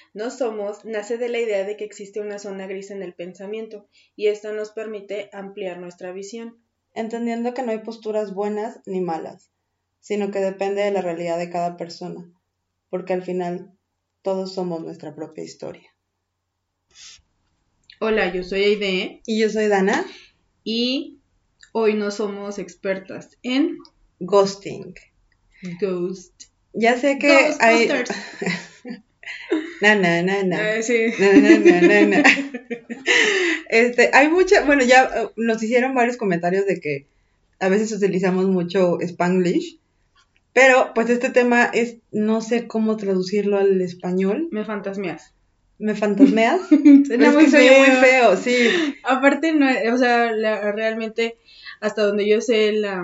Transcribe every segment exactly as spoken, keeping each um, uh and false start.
no somos nace de la idea de que existe una zona gris en el pensamiento y esto nos permite ampliar nuestra visión. Entendiendo que no hay posturas buenas ni malas, sino que depende de la realidad de cada persona, porque al final todos somos nuestra propia historia. Hola, yo soy Aide. Y yo soy Dana. Y hoy no somos expertas en ghosting. Ghost. Ya sé que hay... na, na, na, na. Uh, sí. na, na, na, na, na. Este, hay mucha... Bueno, ya uh, nos hicieron varios comentarios de que a veces utilizamos mucho Spanglish, pero pues este tema es... No sé cómo traducirlo al español. Me fantasmeas. ¿Me fantasmeas? Suena muy, es que feo. Muy feo, sí. Aparte, no, o sea, la, realmente, hasta donde yo sé, la,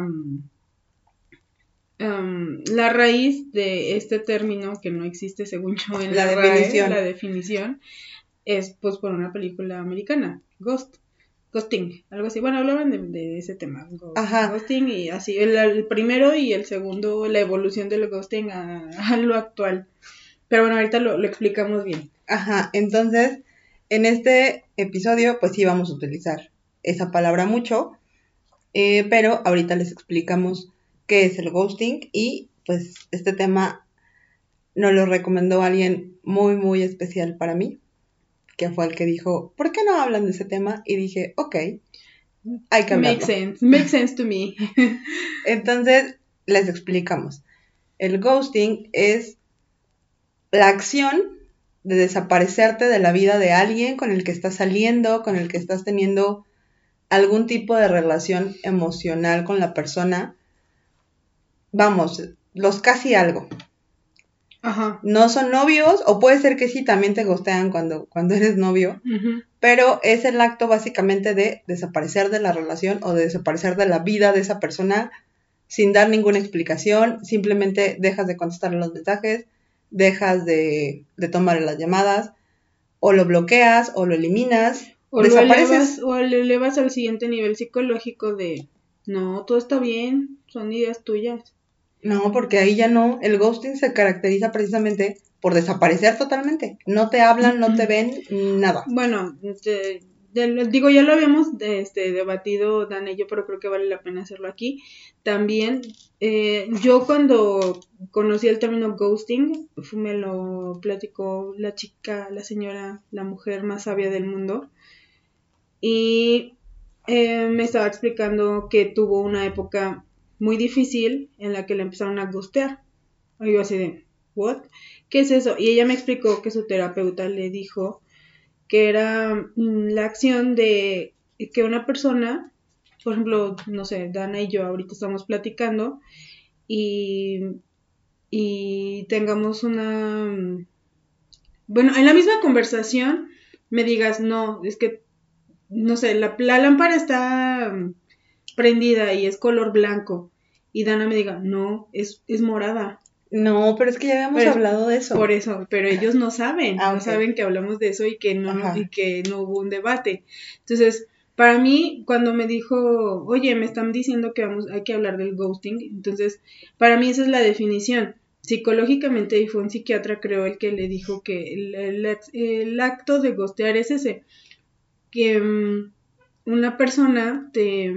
um, la raíz de este término, que no existe según yo en la, la definición, RAE, la definición, es pues por una película americana, Ghost, Ghosting, algo así. Bueno, hablaban de, de ese tema, Ghost, Ajá. Ghosting, y así, el, el primero y el segundo, la evolución del ghosting a, a lo actual. Pero bueno, ahorita lo, lo explicamos bien. Ajá, entonces, en este episodio, pues sí vamos a utilizar esa palabra mucho, eh, pero ahorita les explicamos qué es el ghosting y pues este tema nos lo recomendó alguien muy, muy especial para mí, que fue el que dijo, ¿por qué no hablan de ese tema? Y dije, ok, hay que hablarlo. Makes sense, makes sense to me. Entonces, les explicamos. El ghosting es la acción de desaparecerte de la vida de alguien con el que estás saliendo, con el que estás teniendo algún tipo de relación emocional con la persona. Vamos, los casi algo. Ajá. No son novios, o puede ser que sí, también te ghostean cuando, cuando eres novio, uh-huh. Pero es el acto básicamente de desaparecer de la relación o de desaparecer de la vida de esa persona sin dar ninguna explicación, simplemente dejas de contestarle los mensajes, dejas de, de tomar las llamadas, o lo bloqueas, o lo eliminas, o desapareces. Lo elevas, o lo elevas al siguiente nivel psicológico de, no, todo está bien, son ideas tuyas. No, porque ahí ya no, el ghosting se caracteriza precisamente por desaparecer totalmente, no te hablan, no te ven, nada. Bueno, te, de, digo, ya lo habíamos este, debatido Dan y yo, pero creo que vale la pena hacerlo aquí. También, eh, yo cuando conocí el término ghosting, me lo platicó la chica, la señora, la mujer más sabia del mundo, y eh, me estaba explicando que tuvo una época muy difícil en la que le empezaron a ghostear. Y yo así de, ¿what? ¿Qué es eso? Y ella me explicó que su terapeuta le dijo que era mmm, la acción de que una persona, por ejemplo, no sé, Dana y yo ahorita estamos platicando y, y tengamos una, bueno, en la misma conversación me digas, no, es que, no sé, la, la lámpara está prendida y es color blanco, y Dana me diga, no, es, es morada. No, pero es que ya habíamos pero, hablado de eso. Por eso, pero ellos no saben, ah, no okay. saben que hablamos de eso y que no, no y que no hubo un debate. Entonces, para mí, cuando me dijo, oye, me están diciendo que vamos, hay que hablar del ghosting, entonces, para mí esa es la definición. Psicológicamente, y fue un psiquiatra, creo, el que le dijo que el, el, el acto de ghostear es ese, que um, una persona te,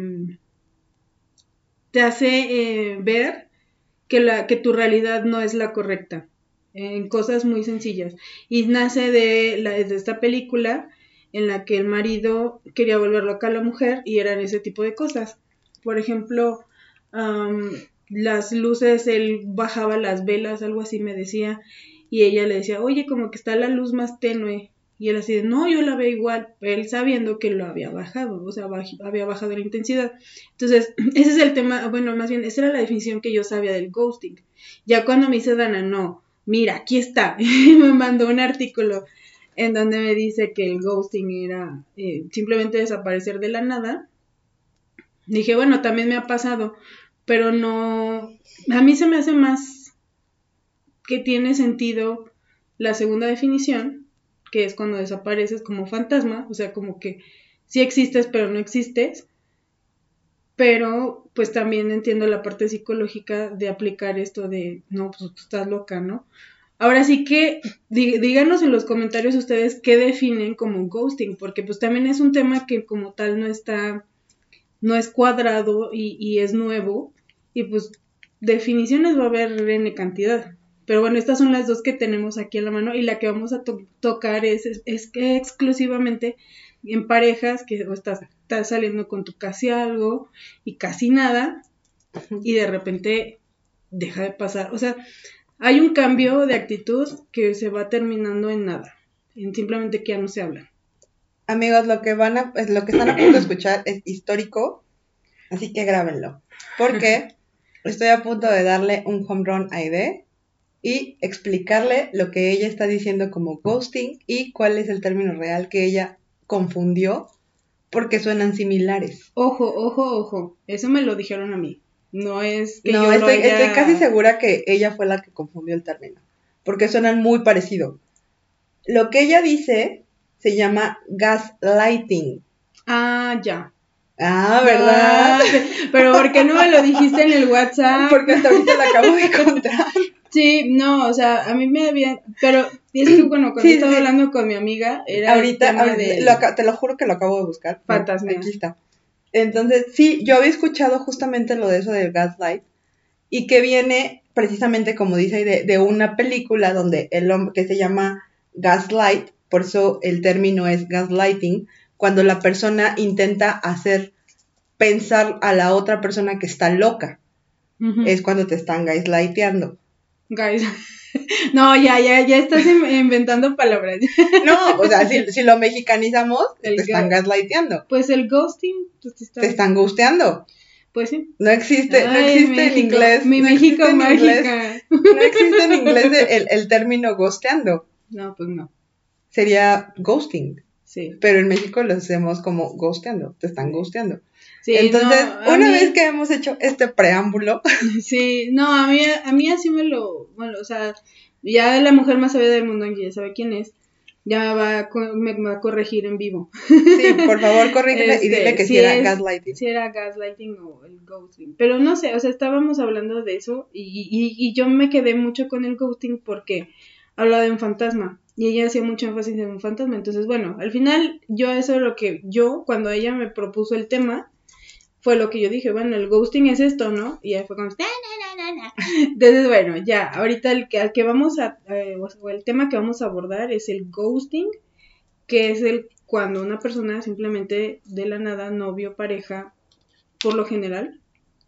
te hace eh, ver que, la, que tu realidad no es la correcta, en cosas muy sencillas. Y nace de, la, de esta película en la que el marido quería volver loca a la mujer y eran ese tipo de cosas. Por ejemplo, um, las luces, él bajaba las velas, algo así me decía, y ella le decía, oye, como que está la luz más tenue. Y él así de, no, yo la veo igual, él sabiendo que lo había bajado, o sea, baj- había bajado la intensidad. Entonces, ese es el tema, bueno, más bien, esa era la definición que yo sabía del ghosting. Ya cuando me dice Dana, no, mira, aquí está, me mandó un artículo en donde me dice que el ghosting era eh, simplemente desaparecer de la nada. Dije, bueno, también me ha pasado, pero no, a mí se me hace más que tiene sentido la segunda definición, que es cuando desapareces como fantasma, o sea, como que sí existes pero no existes, pero pues también entiendo la parte psicológica de aplicar esto de, no, pues tú estás loca, ¿no? ahora sí que dí, díganos en los comentarios ustedes qué definen como ghosting, porque pues también es un tema que como tal no está, no es cuadrado y, y es nuevo, y pues definiciones va a haber N cantidad. Pero bueno, estas son las dos que tenemos aquí a la mano y la que vamos a to- tocar es, es, es que exclusivamente en parejas que o estás, estás saliendo con tu casi algo y casi nada y de repente deja de pasar. O sea, hay un cambio de actitud que se va terminando en nada, en simplemente que ya no se habla. Amigos, lo que van a, lo que están a punto de escuchar es histórico, así que grábenlo, porque estoy a punto de darle un home run a Aide y explicarle lo que ella está diciendo como ghosting y cuál es el término real que ella confundió porque suenan similares. Ojo, ojo, ojo, eso me lo dijeron a mí. No es que no, yo estoy, lo haya... estoy casi segura que ella fue la que confundió el término, porque suenan muy parecido. Lo que ella dice se llama gaslighting. Ah, ya. Ah, ¿verdad? Ah, pero ¿por qué no me lo dijiste en el WhatsApp? Porque hasta ahorita la acabo de encontrar. Sí, no, o sea, a mí me habían... Pero es que, bueno, cuando Sí, estaba sí. hablando con mi amiga, era ahorita, el tema ahorita de... lo aca- te lo juro que lo acabo de buscar. Fantasmea. Aquí está. Entonces, sí, yo había escuchado justamente lo de eso del gaslight y que viene precisamente, como dice, de, de una película donde el hombre que se llama Gaslight, por eso el término es gaslighting, cuando la persona intenta hacer pensar a la otra persona que está loca, Uh-huh. es cuando te están gaslighteando. Guys. No, ya, ya, ya estás inventando palabras. No, o sea, si, si lo mexicanizamos, El te están ga- gaslighteando. Pues el ghosting, pues te, está... Te están gusteando. Pues sí. No existe, no Ay, existe en México, inglés. mi no México existe en inglés, mágica. no existe en inglés el, el término ghosteando. No, pues no. Sería ghosting. Sí. Pero en México lo hacemos como ghosteando. Te están ghosteando. Sí, Entonces, no, a una mí- vez que hemos hecho este preámbulo, Sí, no, a mí, a mí así me lo, bueno, o sea, ya la mujer más sabia del mundo, que ya sabe quién es, ya va a, co- me va a corregir en vivo. sí, por favor, corrígeme Este, y dile que si sí era es- gaslighting. Si era gaslighting o el ghosting. Pero no sé, o sea, estábamos hablando de eso y, y, y yo me quedé mucho con el ghosting porque hablaba de un fantasma y ella hacía mucho énfasis en un fantasma. Entonces, bueno, al final yo eso es lo que yo, cuando ella me propuso el tema, fue lo que yo dije, bueno, el ghosting es esto, ¿no? Y ahí fue como, "Na, na, na, na, na". Entonces, bueno, ya, ahorita el que, al que vamos a, eh, o el tema que vamos a abordar es el ghosting, que es el cuando una persona simplemente de la nada, novio, pareja, por lo general,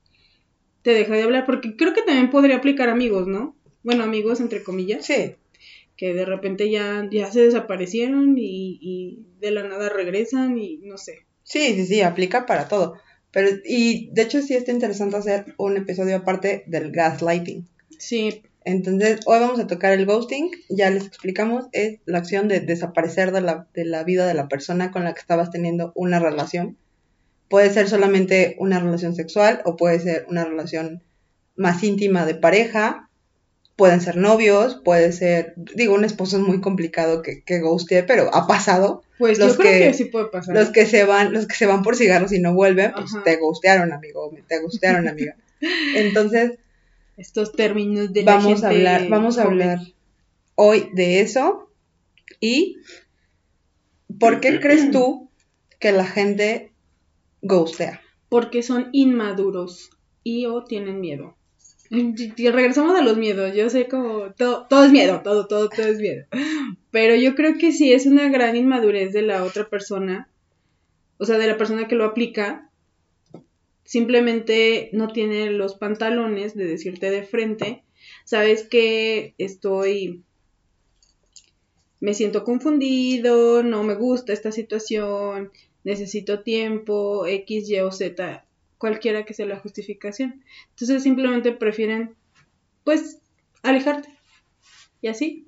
te deja de hablar, porque creo que también podría aplicar amigos, ¿no? Bueno, amigos entre comillas, Sí, que de repente ya, ya se desaparecieron y, y de la nada regresan y no sé. sí, sí, sí, aplica para todo. Pero, y de hecho sí está interesante hacer un episodio aparte del gaslighting. Sí, Entonces, hoy vamos a tocar el ghosting, ya les explicamos, es la acción de desaparecer de la, de la vida de la persona con la que estabas teniendo una relación. Puede ser solamente una relación sexual o puede ser una relación más íntima de pareja, pueden ser novios, puede ser, digo, un esposo es muy complicado que, que ghostee, pero ha pasado. pues los yo creo que, que sí puede pasar. Los que se van, los que se van por cigarros y no vuelven, pues Ajá. te ghostearon, amigo, te ghostearon, amiga. Entonces, Estos términos de vamos la gente a hablar, vamos a joven. hablar hoy de eso y ¿por qué crees tú que la gente ghostea? Porque son inmaduros y o tienen miedo. Y- y regresamos a los miedos. Yo sé como todo, todo es miedo, todo, todo, todo es miedo. Pero yo creo que sí es una gran inmadurez de la otra persona, o sea, de la persona que lo aplica. Simplemente no tiene los pantalones de decirte de frente, sabes que estoy, me siento confundido, no me gusta esta situación, necesito tiempo, X, Y o Z, cualquiera que sea la justificación. Entonces simplemente prefieren, pues, alejarte. Y así,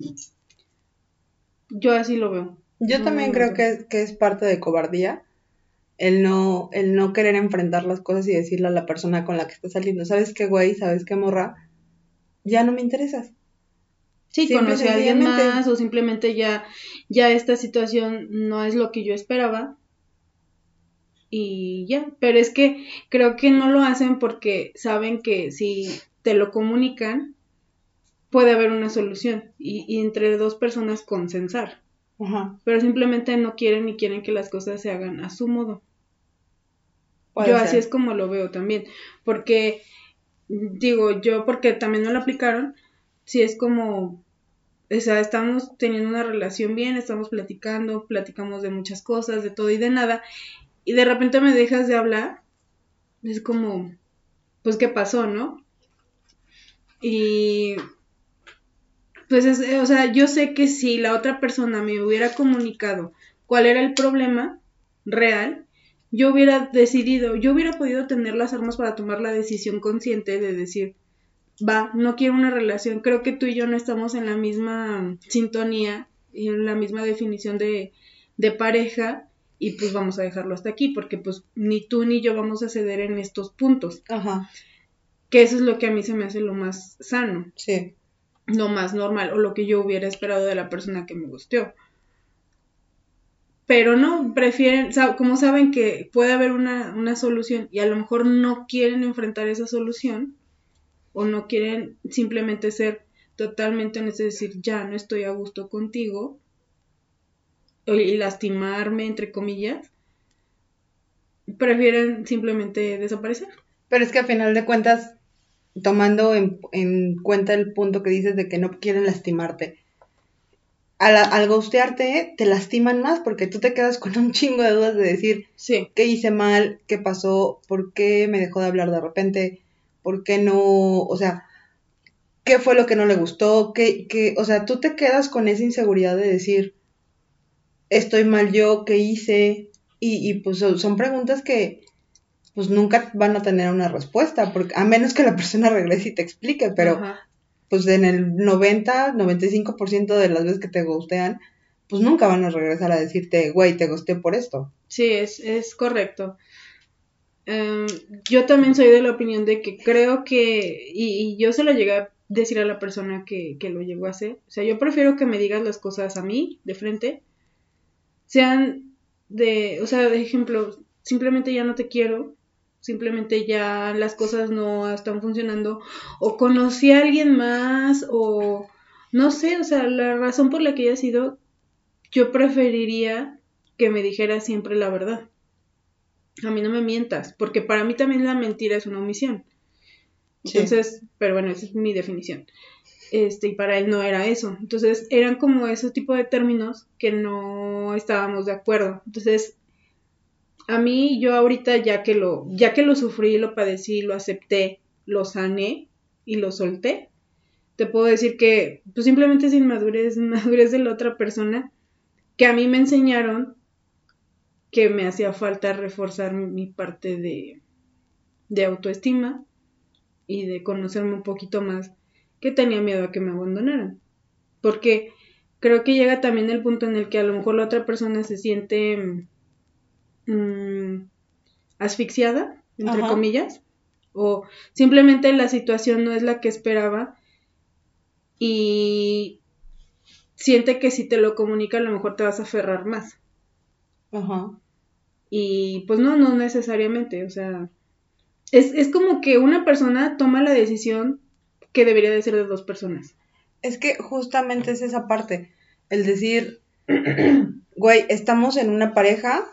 yo así lo veo. Yo No, también no creo sé. que, que es parte de cobardía el no, el no querer enfrentar las cosas y decirle a la persona con la que estás saliendo, ¿sabes qué, güey? ¿Sabes qué, morra? Ya no me interesas. Sí, Simple y conocí a alguien sencillamente. más o simplemente ya, ya esta situación no es lo que yo esperaba y ya, pero es que creo que no lo hacen porque saben que si te lo comunican, puede haber una solución y, y entre dos personas consensar. Ajá. Pero simplemente no quieren y quieren que las cosas se hagan a su modo. Puede Yo ser. así es como lo veo también, porque digo yo, porque también no lo aplicaron, si es como, o sea, estamos teniendo una relación bien, estamos platicando, platicamos de muchas cosas, de todo y de nada, y de repente me dejas de hablar, es como, pues, ¿qué pasó, no? Y, pues, es, o sea, yo sé que si la otra persona me hubiera comunicado cuál era el problema real, yo hubiera decidido, yo hubiera podido tener las armas para tomar la decisión consciente de decir, va, no quiero una relación, creo que tú y yo no estamos en la misma sintonía y en la misma definición de, de pareja y pues vamos a dejarlo hasta aquí porque pues ni tú ni yo vamos a ceder en estos puntos. Ajá. Que eso es lo que a mí se me hace lo más sano. Sí. Lo más normal o lo que yo hubiera esperado de la persona que me gustó. Pero no, prefieren, como saben que puede haber una, una solución y a lo mejor no quieren enfrentar esa solución o no quieren simplemente ser totalmente honestos, es decir, ya no estoy a gusto contigo y lastimarme, entre comillas, prefieren simplemente desaparecer. Pero es que a final de cuentas, tomando en, en cuenta el punto que dices de que no quieren lastimarte, Al, al ghostearte te lastiman más porque tú te quedas con un chingo de dudas de decir sí. qué hice mal, qué pasó, por qué me dejó de hablar de repente, por qué no, o sea, qué fue lo que no le gustó, qué, qué, o sea, tú te quedas con esa inseguridad de decir estoy mal yo, qué hice, y, y pues son, son preguntas que pues nunca van a tener una respuesta, porque a menos que la persona regrese y te explique, pero Ajá. pues en el noventa, noventa y cinco por ciento de las veces que te gustean, pues nunca van a regresar a decirte, güey, te gusté por esto. Sí, es, es correcto. Um, yo también soy de la opinión de que creo que, y, y yo se lo llegué a decir a la persona que, que lo llegó a hacer, o sea, yo prefiero que me digas las cosas a mí, de frente, sean de, o sea, de ejemplo, simplemente ya no te quiero, simplemente ya las cosas no están funcionando, o conocí a alguien más, o no sé, o sea, la razón por la que haya sido, yo preferiría que me dijera siempre la verdad. A mí no me mientas, porque para mí también la mentira es una omisión. Entonces, sí. Pero bueno, esa es mi definición. Este, y para él no era eso. Entonces, eran como ese tipo de términos que no estábamos de acuerdo. Entonces, a mí, yo ahorita ya que lo, ya que lo sufrí, lo padecí, lo acepté, lo sané y lo solté, te puedo decir que, pues simplemente es inmadurez, inmadurez de la otra persona, que a mí me enseñaron que me hacía falta reforzar mi parte de, de autoestima y de conocerme un poquito más, que tenía miedo a que me abandonaran. Porque creo que llega también el punto en el que a lo mejor la otra persona se siente mmm, asfixiada, entre Ajá. comillas, o simplemente la situación no es la que esperaba y siente que si te lo comunica a lo mejor te vas a aferrar más. Ajá. Y pues no, no necesariamente, o sea, es, es como que una persona toma la decisión que debería de ser de dos personas. Es que justamente es esa parte, el decir, güey, estamos en una pareja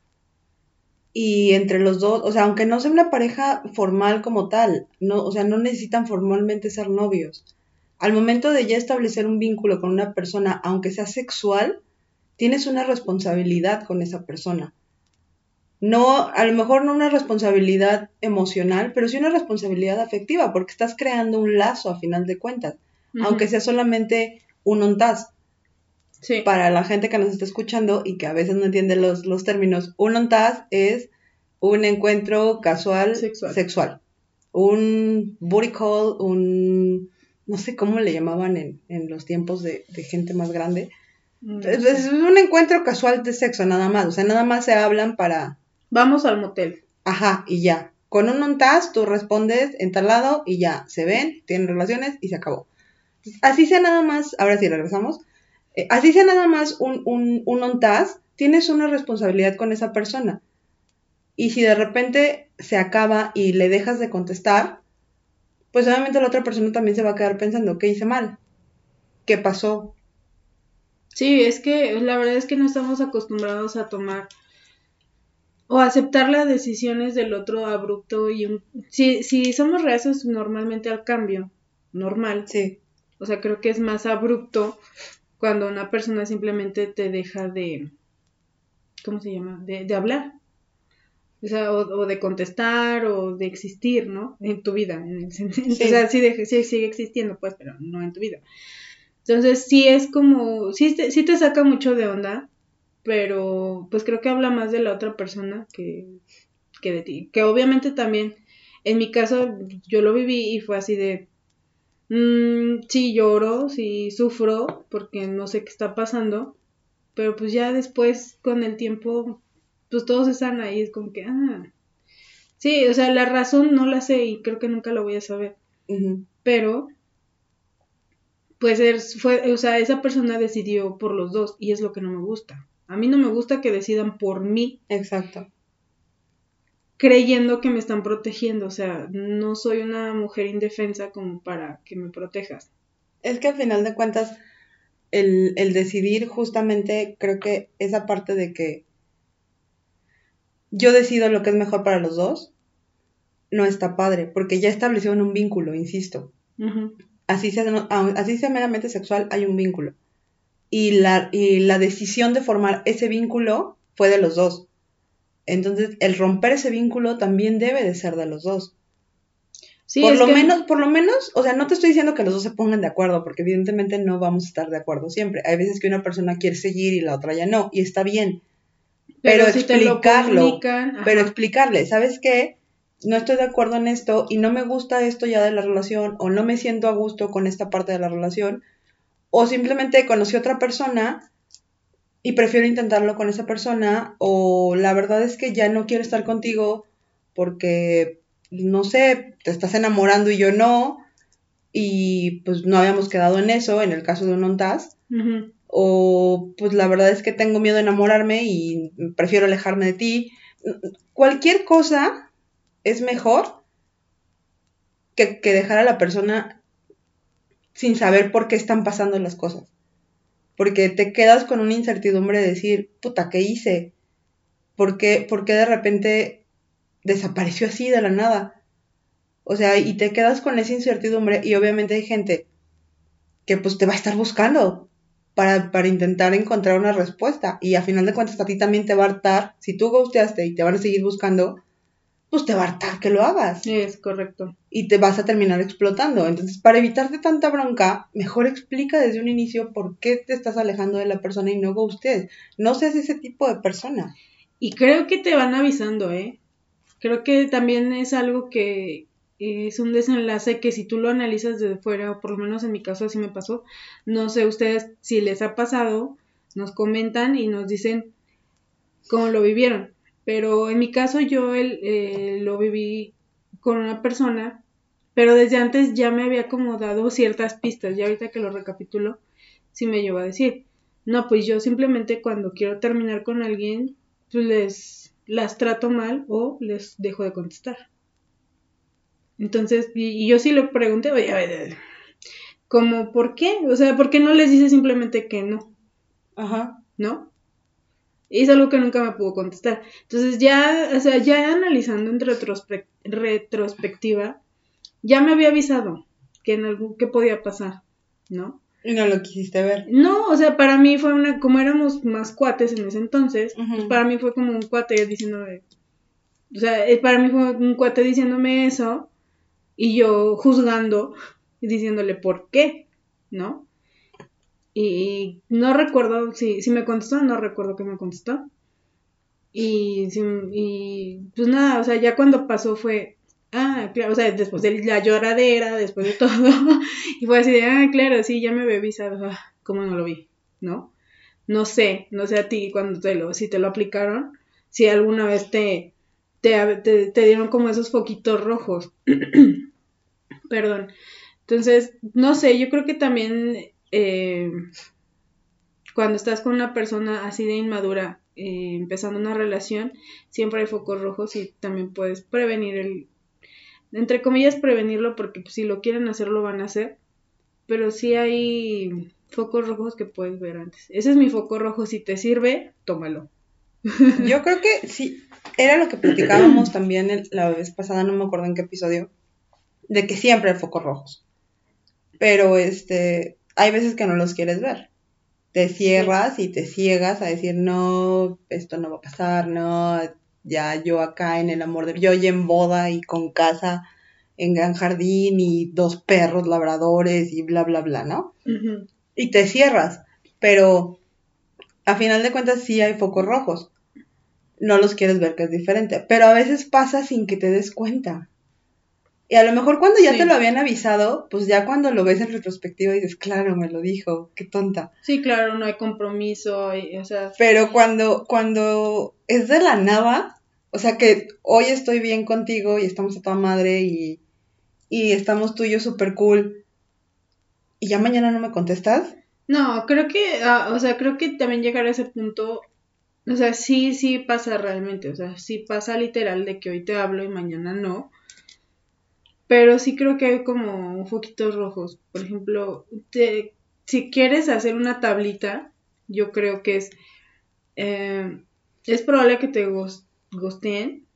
y entre los dos, o sea, aunque no sea una pareja formal como tal, no, o sea, no necesitan formalmente ser novios. Al momento de ya establecer un vínculo con una persona, aunque sea sexual, tienes una responsabilidad con esa persona. No, a lo mejor no una responsabilidad emocional, pero sí una responsabilidad afectiva, porque estás creando un lazo a final de cuentas, uh-huh. aunque sea solamente un ontaz. Sí. Para la gente que nos está escuchando y que a veces no entiende los, los términos, un ontaz es un encuentro casual sexual. sexual. Un booty call, un... no sé cómo le llamaban en, en los tiempos de, de gente más grande. No sé. es, es un encuentro casual de sexo, nada más. O sea, nada más se hablan para... Vamos al motel. Ajá, y ya. Con un ontaz tú respondes en tal lado y ya. Se ven, tienen relaciones y se acabó. Así sea nada más... Ahora sí, regresamos. Eh, así sea nada más un, un, un ontaz, tienes una responsabilidad con esa persona. Y si de repente se acaba y le dejas de contestar, pues obviamente la otra persona también se va a quedar pensando, ¿qué hice mal? ¿Qué pasó? Sí, es que la verdad es que no estamos acostumbrados a tomar o aceptar las decisiones del otro abrupto y un... si, si somos reacios normalmente al cambio, normal, Sí. O sea, creo que es más abrupto cuando una persona simplemente te deja de, ¿cómo se llama? De, de hablar. O sea, o, o de contestar o de existir, ¿no? En tu vida. En el sentido, Sí. O sea, sí, de, sí sigue existiendo, pues, pero no en tu vida. Entonces, sí es como, sí te, sí te saca mucho de onda, pero pues creo que habla más de la otra persona que, que de ti. Que obviamente también, en mi caso, yo lo viví y fue así de, Mm, sí lloro, sí sufro porque no sé qué está pasando, pero pues ya después con el tiempo pues todos están ahí, es como que, ah, sí, o sea, la razón no la sé y creo que nunca la voy a saber, Uh-huh. pero pues er, fue, o sea, esa persona decidió por los dos y es lo que no me gusta. A mí no me gusta que decidan por mí. Exacto. Creyendo que me están protegiendo, o sea, no soy una mujer indefensa como para que me protejas. Es que al final de cuentas, el, el decidir justamente, creo que esa parte de que yo decido lo que es mejor para los dos, no está padre, porque ya establecieron un vínculo, insisto. Uh-huh. Así sea, no, así sea meramente sexual, hay un vínculo. Y la, y la decisión de formar ese vínculo fue de los dos. Entonces, el romper ese vínculo también debe de ser de los dos. Sí, Por es lo que... menos, por lo menos, o sea, no te estoy diciendo que los dos se pongan de acuerdo, porque evidentemente no vamos a estar de acuerdo siempre. Hay veces que una persona quiere seguir y la otra ya no, y está bien. Pero, Pero si te lo explicarlo, comunican, pero ajá. explicarle, ¿sabes qué? No estoy de acuerdo en esto y no me gusta esto ya de la relación, o no me siento a gusto con esta parte de la relación, o simplemente conocí a otra persona y prefiero intentarlo con esa persona, o la verdad es que ya no quiero estar contigo porque, no sé, te estás enamorando y yo no, y pues no habíamos quedado en eso, en el caso de un ONTAS, Uh-huh. o pues la verdad es que tengo miedo de enamorarme y prefiero alejarme de ti. Cualquier cosa es mejor que, que dejar a la persona sin saber por qué están pasando las cosas. Porque te quedas con una incertidumbre de decir, puta, ¿qué hice? ¿Por qué, por qué de repente desapareció así de la nada? O sea, y te quedas con esa incertidumbre y obviamente hay gente que pues te va a estar buscando para, para intentar encontrar una respuesta. Y a final de cuentas a ti también te va a hartar, si tú gusteaste y te van a seguir buscando, pues te va a hartar que lo hagas. Es correcto. Y te vas a terminar explotando. Entonces, para evitarte tanta bronca, mejor explica desde un inicio por qué te estás alejando de la persona y no gustes. No seas ese tipo de persona. Y creo que te van avisando, ¿eh? Creo que también es algo que es un desenlace que si tú lo analizas desde fuera, o por lo menos en mi caso así me pasó, no sé ustedes si les ha pasado, nos comentan y nos dicen cómo lo vivieron. Pero en mi caso yo el, eh, lo viví con una persona, pero desde antes ya me había como dado ciertas pistas, ya ahorita que lo recapitulo, sí me llevo a decir, no, pues yo simplemente cuando quiero terminar con alguien, pues les las trato mal o les dejo de contestar. Entonces, y, y yo sí le pregunté, oye, a ver, como, ¿por qué? O sea, ¿por qué no les dice simplemente que no? Ajá. ¿No? Y es algo que nunca me pudo contestar. Entonces ya, o sea, ya analizando en retrospe- retrospectiva, ya me había avisado que en algún, que podía pasar, ¿no? Y no lo quisiste ver. No, o sea, para mí fue una, como éramos más cuates en ese entonces, Uh-huh. pues para mí fue como un cuate diciéndome, o sea, para mí fue un cuate diciéndome eso y yo juzgando y diciéndole por qué, ¿no? Y no recuerdo, si, si me contestó, no recuerdo que me contestó. Y, y pues nada, o sea, ya cuando pasó fue, ah, claro, o sea, después de la lloradera, después de todo, y fue así de, ah, claro, sí, ya me había avisado, ah, ¿cómo no lo vi? ¿No? No sé, no sé a ti cuando te lo, si te lo aplicaron, si alguna vez te, te, te, te dieron como esos foquitos rojos, perdón. Entonces, no sé, yo creo que también eh, cuando estás con una persona así de inmadura, eh, empezando una relación, siempre hay focos rojos y también puedes prevenir el, entre comillas, prevenirlo, porque pues, si lo quieren hacer, lo van a hacer, pero sí hay focos rojos que puedes ver antes. Ese es mi foco rojo, si te sirve, tómalo. Yo creo que sí, era lo que platicábamos también el, la vez pasada, no me acuerdo en qué episodio, de que siempre hay focos rojos, pero este, hay veces que no los quieres ver. Te cierras sí. y te ciegas a decir, no, esto no va a pasar, no, ya yo acá en el amor de... Yo ya en boda y con casa en gran jardín y dos perros labradores y bla, bla, bla, ¿no? Uh-huh. Y te cierras, pero a final de cuentas sí hay focos rojos. No los quieres ver, que es diferente, pero a veces pasa sin que te des cuenta. Y a lo mejor cuando ya sí. te lo habían avisado, pues ya cuando lo ves en retrospectiva dices, claro, me lo dijo, qué tonta. Sí, claro, no hay compromiso, hay, o sea... Pero cuando, cuando es de la nada, o sea que hoy estoy bien contigo y estamos a toda madre y, y estamos tú y yo súper cool, y ya mañana no me contestas. No, creo que, uh, o sea, creo que también llegar a ese punto, o sea, sí, sí pasa realmente, o sea, sí pasa literal de que hoy te hablo y mañana no. Pero sí creo que hay como foquitos rojos. Por ejemplo, te, si quieres hacer una tablita, yo creo que es... Eh, es probable que te gusteen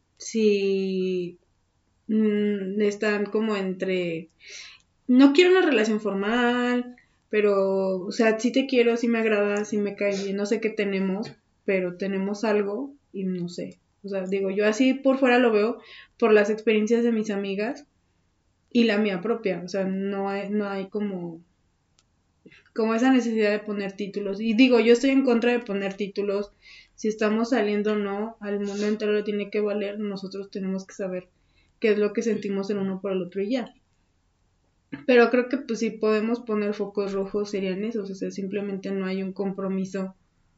si mmm, están como entre... No quiero una relación formal, pero, o sea, sí te quiero, sí me agrada, sí me cae bien, no sé qué tenemos, pero tenemos algo y no sé. O sea, digo, yo así por fuera lo veo por las experiencias de mis amigas y la mía propia, o sea, no hay, no hay como, como esa necesidad de poner títulos. Y digo, yo estoy en contra de poner títulos. Si estamos saliendo o no, al mundo entero le tiene que valer, nosotros tenemos que saber qué es lo que sentimos el uno por el otro y ya. Pero creo que pues si podemos poner focos rojos serían esos, o sea, simplemente no hay un compromiso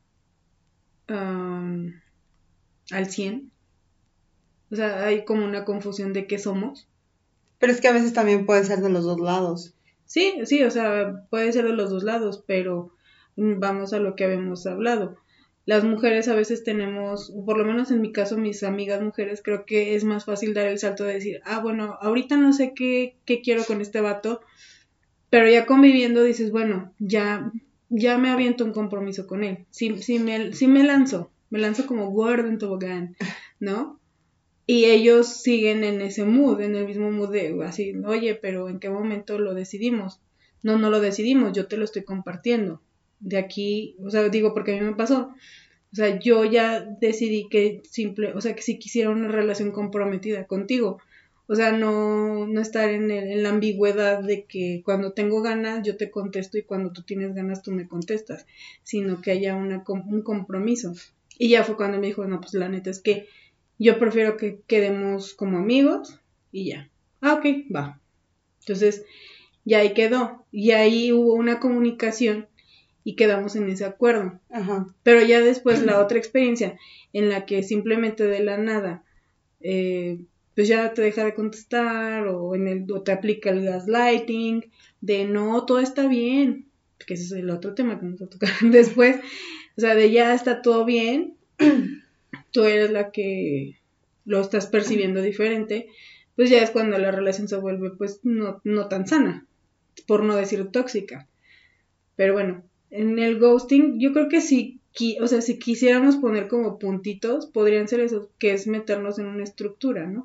um, al cien. O sea, hay como una confusión de qué somos. Pero es que a veces también puede ser de los dos lados. Sí, sí, o sea, puede ser de los dos lados, pero vamos a lo que habíamos hablado. Las mujeres a veces tenemos, por lo menos en mi caso, mis amigas mujeres, creo que es más fácil dar el salto de decir, ah, bueno, ahorita no sé qué, qué quiero con este vato, pero ya conviviendo dices, bueno, ya, ya me aviento un compromiso con él. Sí, sí me, sí me lanzo, me lanzo como gordo en tobogán, ¿no? Y ellos siguen en ese mood, en el mismo mood de así, oye, pero ¿en qué momento lo decidimos? No, no lo decidimos, yo te lo estoy compartiendo. De aquí, o sea, digo porque a mí me pasó. O sea, yo ya decidí que simple, o sea, que si quisiera una relación comprometida contigo. O sea, no, no estar en, el, en la ambigüedad de que cuando tengo ganas yo te contesto y cuando tú tienes ganas tú me contestas, sino que haya una, un compromiso. Y ya fue cuando me dijo, no, pues la neta es que yo prefiero que quedemos como amigos y ya. Ah, ok, va. Entonces, ya ahí quedó. Y ahí hubo una comunicación y quedamos en ese acuerdo. Ajá. Pero ya después la otra experiencia en la que simplemente de la nada, eh, pues ya te deja de contestar o, en el, o te aplica el gaslighting, de no, todo está bien, que ese es el otro tema que vamos a tocar después. O sea, de ya está todo bien. Tú eres la que lo estás percibiendo diferente, pues ya es cuando la relación se vuelve pues no, no tan sana, por no decir tóxica. Pero bueno, en el ghosting yo creo que si, o sea, si quisiéramos poner como puntitos, podrían ser esos, que es meternos en una estructura, ¿no?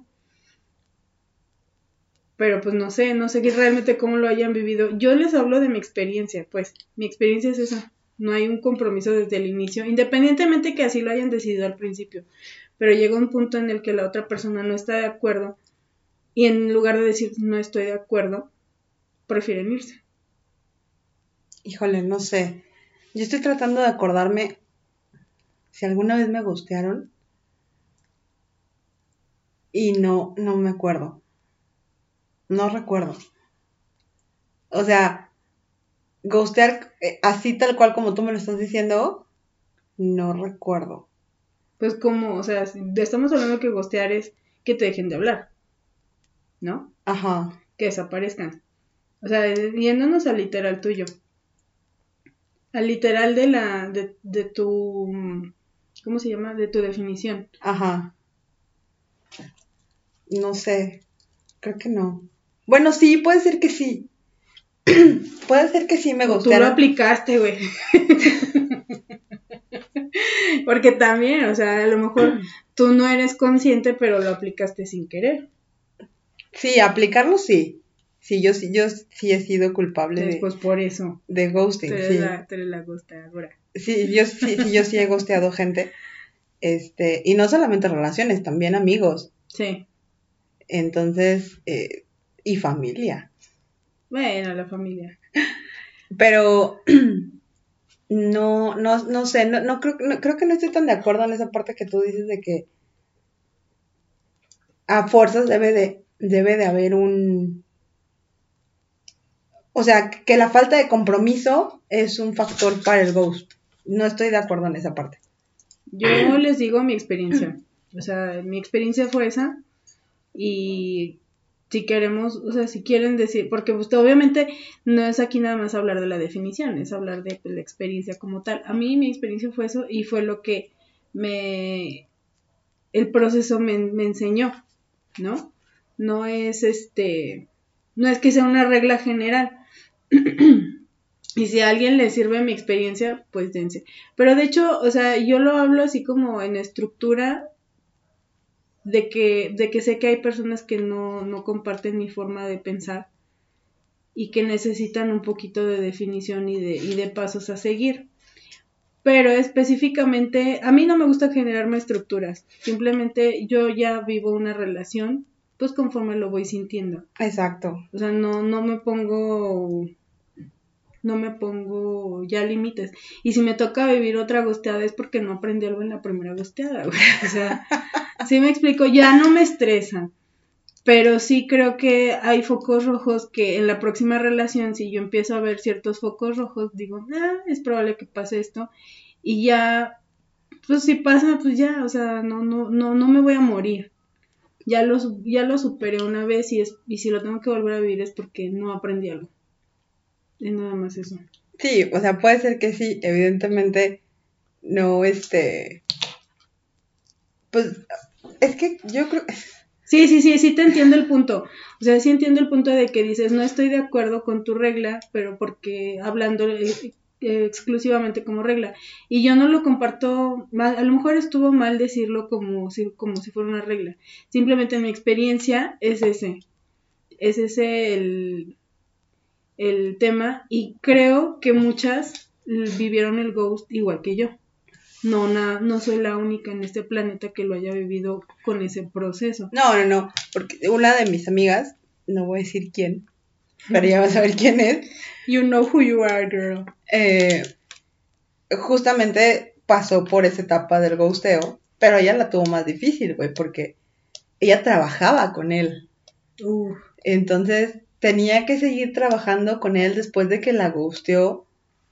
Pero pues no sé, no sé realmente cómo lo hayan vivido. Yo les hablo de mi experiencia, pues, mi experiencia es esa. No hay un compromiso desde el inicio, independientemente que así lo hayan decidido al principio. Pero llega un punto en el que la otra persona no está de acuerdo y en lugar de decir no estoy de acuerdo, prefieren irse. Híjole, no sé. Yo estoy tratando de acordarme si alguna vez me gustearon y no, no me acuerdo. No recuerdo. O sea, ghostear eh, así tal cual como tú me lo estás diciendo, no recuerdo. Pues como, o sea, estamos hablando que ghostear es que te dejen de hablar, ¿no? Ajá. Que desaparezcan. O sea, yéndonos al literal tuyo. Al literal de la, de, de tu, ¿cómo se llama? De tu definición. Ajá. No sé. Creo que no. Bueno, sí, puede ser que sí. Puede ser que sí me gustara. Tú lo aplicaste, güey. Porque también, o sea, a lo mejor tú no eres consciente, pero lo aplicaste sin querer. Sí, aplicarlo sí. Sí, yo sí, yo sí he sido culpable Entonces, de, pues por eso. de ghosting, Tú eres sí. la, tú eres la gostadora. Sí, yo sí, sí, yo sí he ghosteado gente. Este, y no solamente relaciones, también amigos. Sí. Entonces, eh, y familia. Bueno, la familia. Pero no, no, no sé, no, no creo, no, creo que no estoy tan de acuerdo en esa parte que tú dices de que a fuerzas debe de, debe de haber un, o sea, que la falta de compromiso es un factor para el ghost. No estoy de acuerdo en esa parte. Yo les digo mi experiencia. O sea, mi experiencia fue esa. Y si queremos, o sea, si quieren decir, porque pues, obviamente no es aquí nada más hablar de la definición, es hablar de pues, la experiencia como tal. A mí mi experiencia fue eso y fue lo que me, el proceso me, me enseñó, ¿no? No es este, no es que sea una regla general. Y si a alguien le sirve mi experiencia, pues dense. Pero de hecho, o sea, yo lo hablo así como en estructura de que, de que sé que hay personas que no, no comparten mi forma de pensar y que necesitan un poquito de definición y de, y de pasos a seguir. Pero específicamente, a mí no me gusta generarme estructuras. Simplemente yo ya vivo una relación, pues conforme lo voy sintiendo. Exacto. O sea, no, no me pongo... no me pongo ya límites. Y si me toca vivir otra gosteada es porque no aprendí algo en la primera gosteada, güey. O sea, sí me explico, ya no me estresa. Pero sí creo que hay focos rojos que en la próxima relación, si yo empiezo a ver ciertos focos rojos, digo, ah, es probable que pase esto. Y ya, pues si pasa, pues ya, o sea, no, no, no, no me voy a morir. Ya lo, ya lo superé una vez y, es, y si lo tengo que volver a vivir es porque no aprendí algo. Es nada más eso. Sí, o sea, puede ser que sí, evidentemente no, este, pues, es que yo creo, Sí, sí, sí, sí te entiendo el punto. O sea, sí entiendo el punto de que dices, no estoy de acuerdo con tu regla, pero porque hablando eh, eh, exclusivamente como regla. Y yo no lo comparto, a lo mejor estuvo mal decirlo como si, como si fuera una regla. Simplemente mi experiencia es ese. Es ese el, el tema. Y creo que muchas vivieron el ghost igual que yo. No, na, no soy la única en este planeta que lo haya vivido con ese proceso. No, no, no, porque una de mis amigas, no voy a decir quién, pero ya vas a ver quién es. You know who you are, girl. Eh, justamente pasó por esa etapa del ghosteo, pero ella la tuvo más difícil, güey, porque ella trabajaba con él. Uf. Entonces tenía que seguir trabajando con él después de que la ghosteó.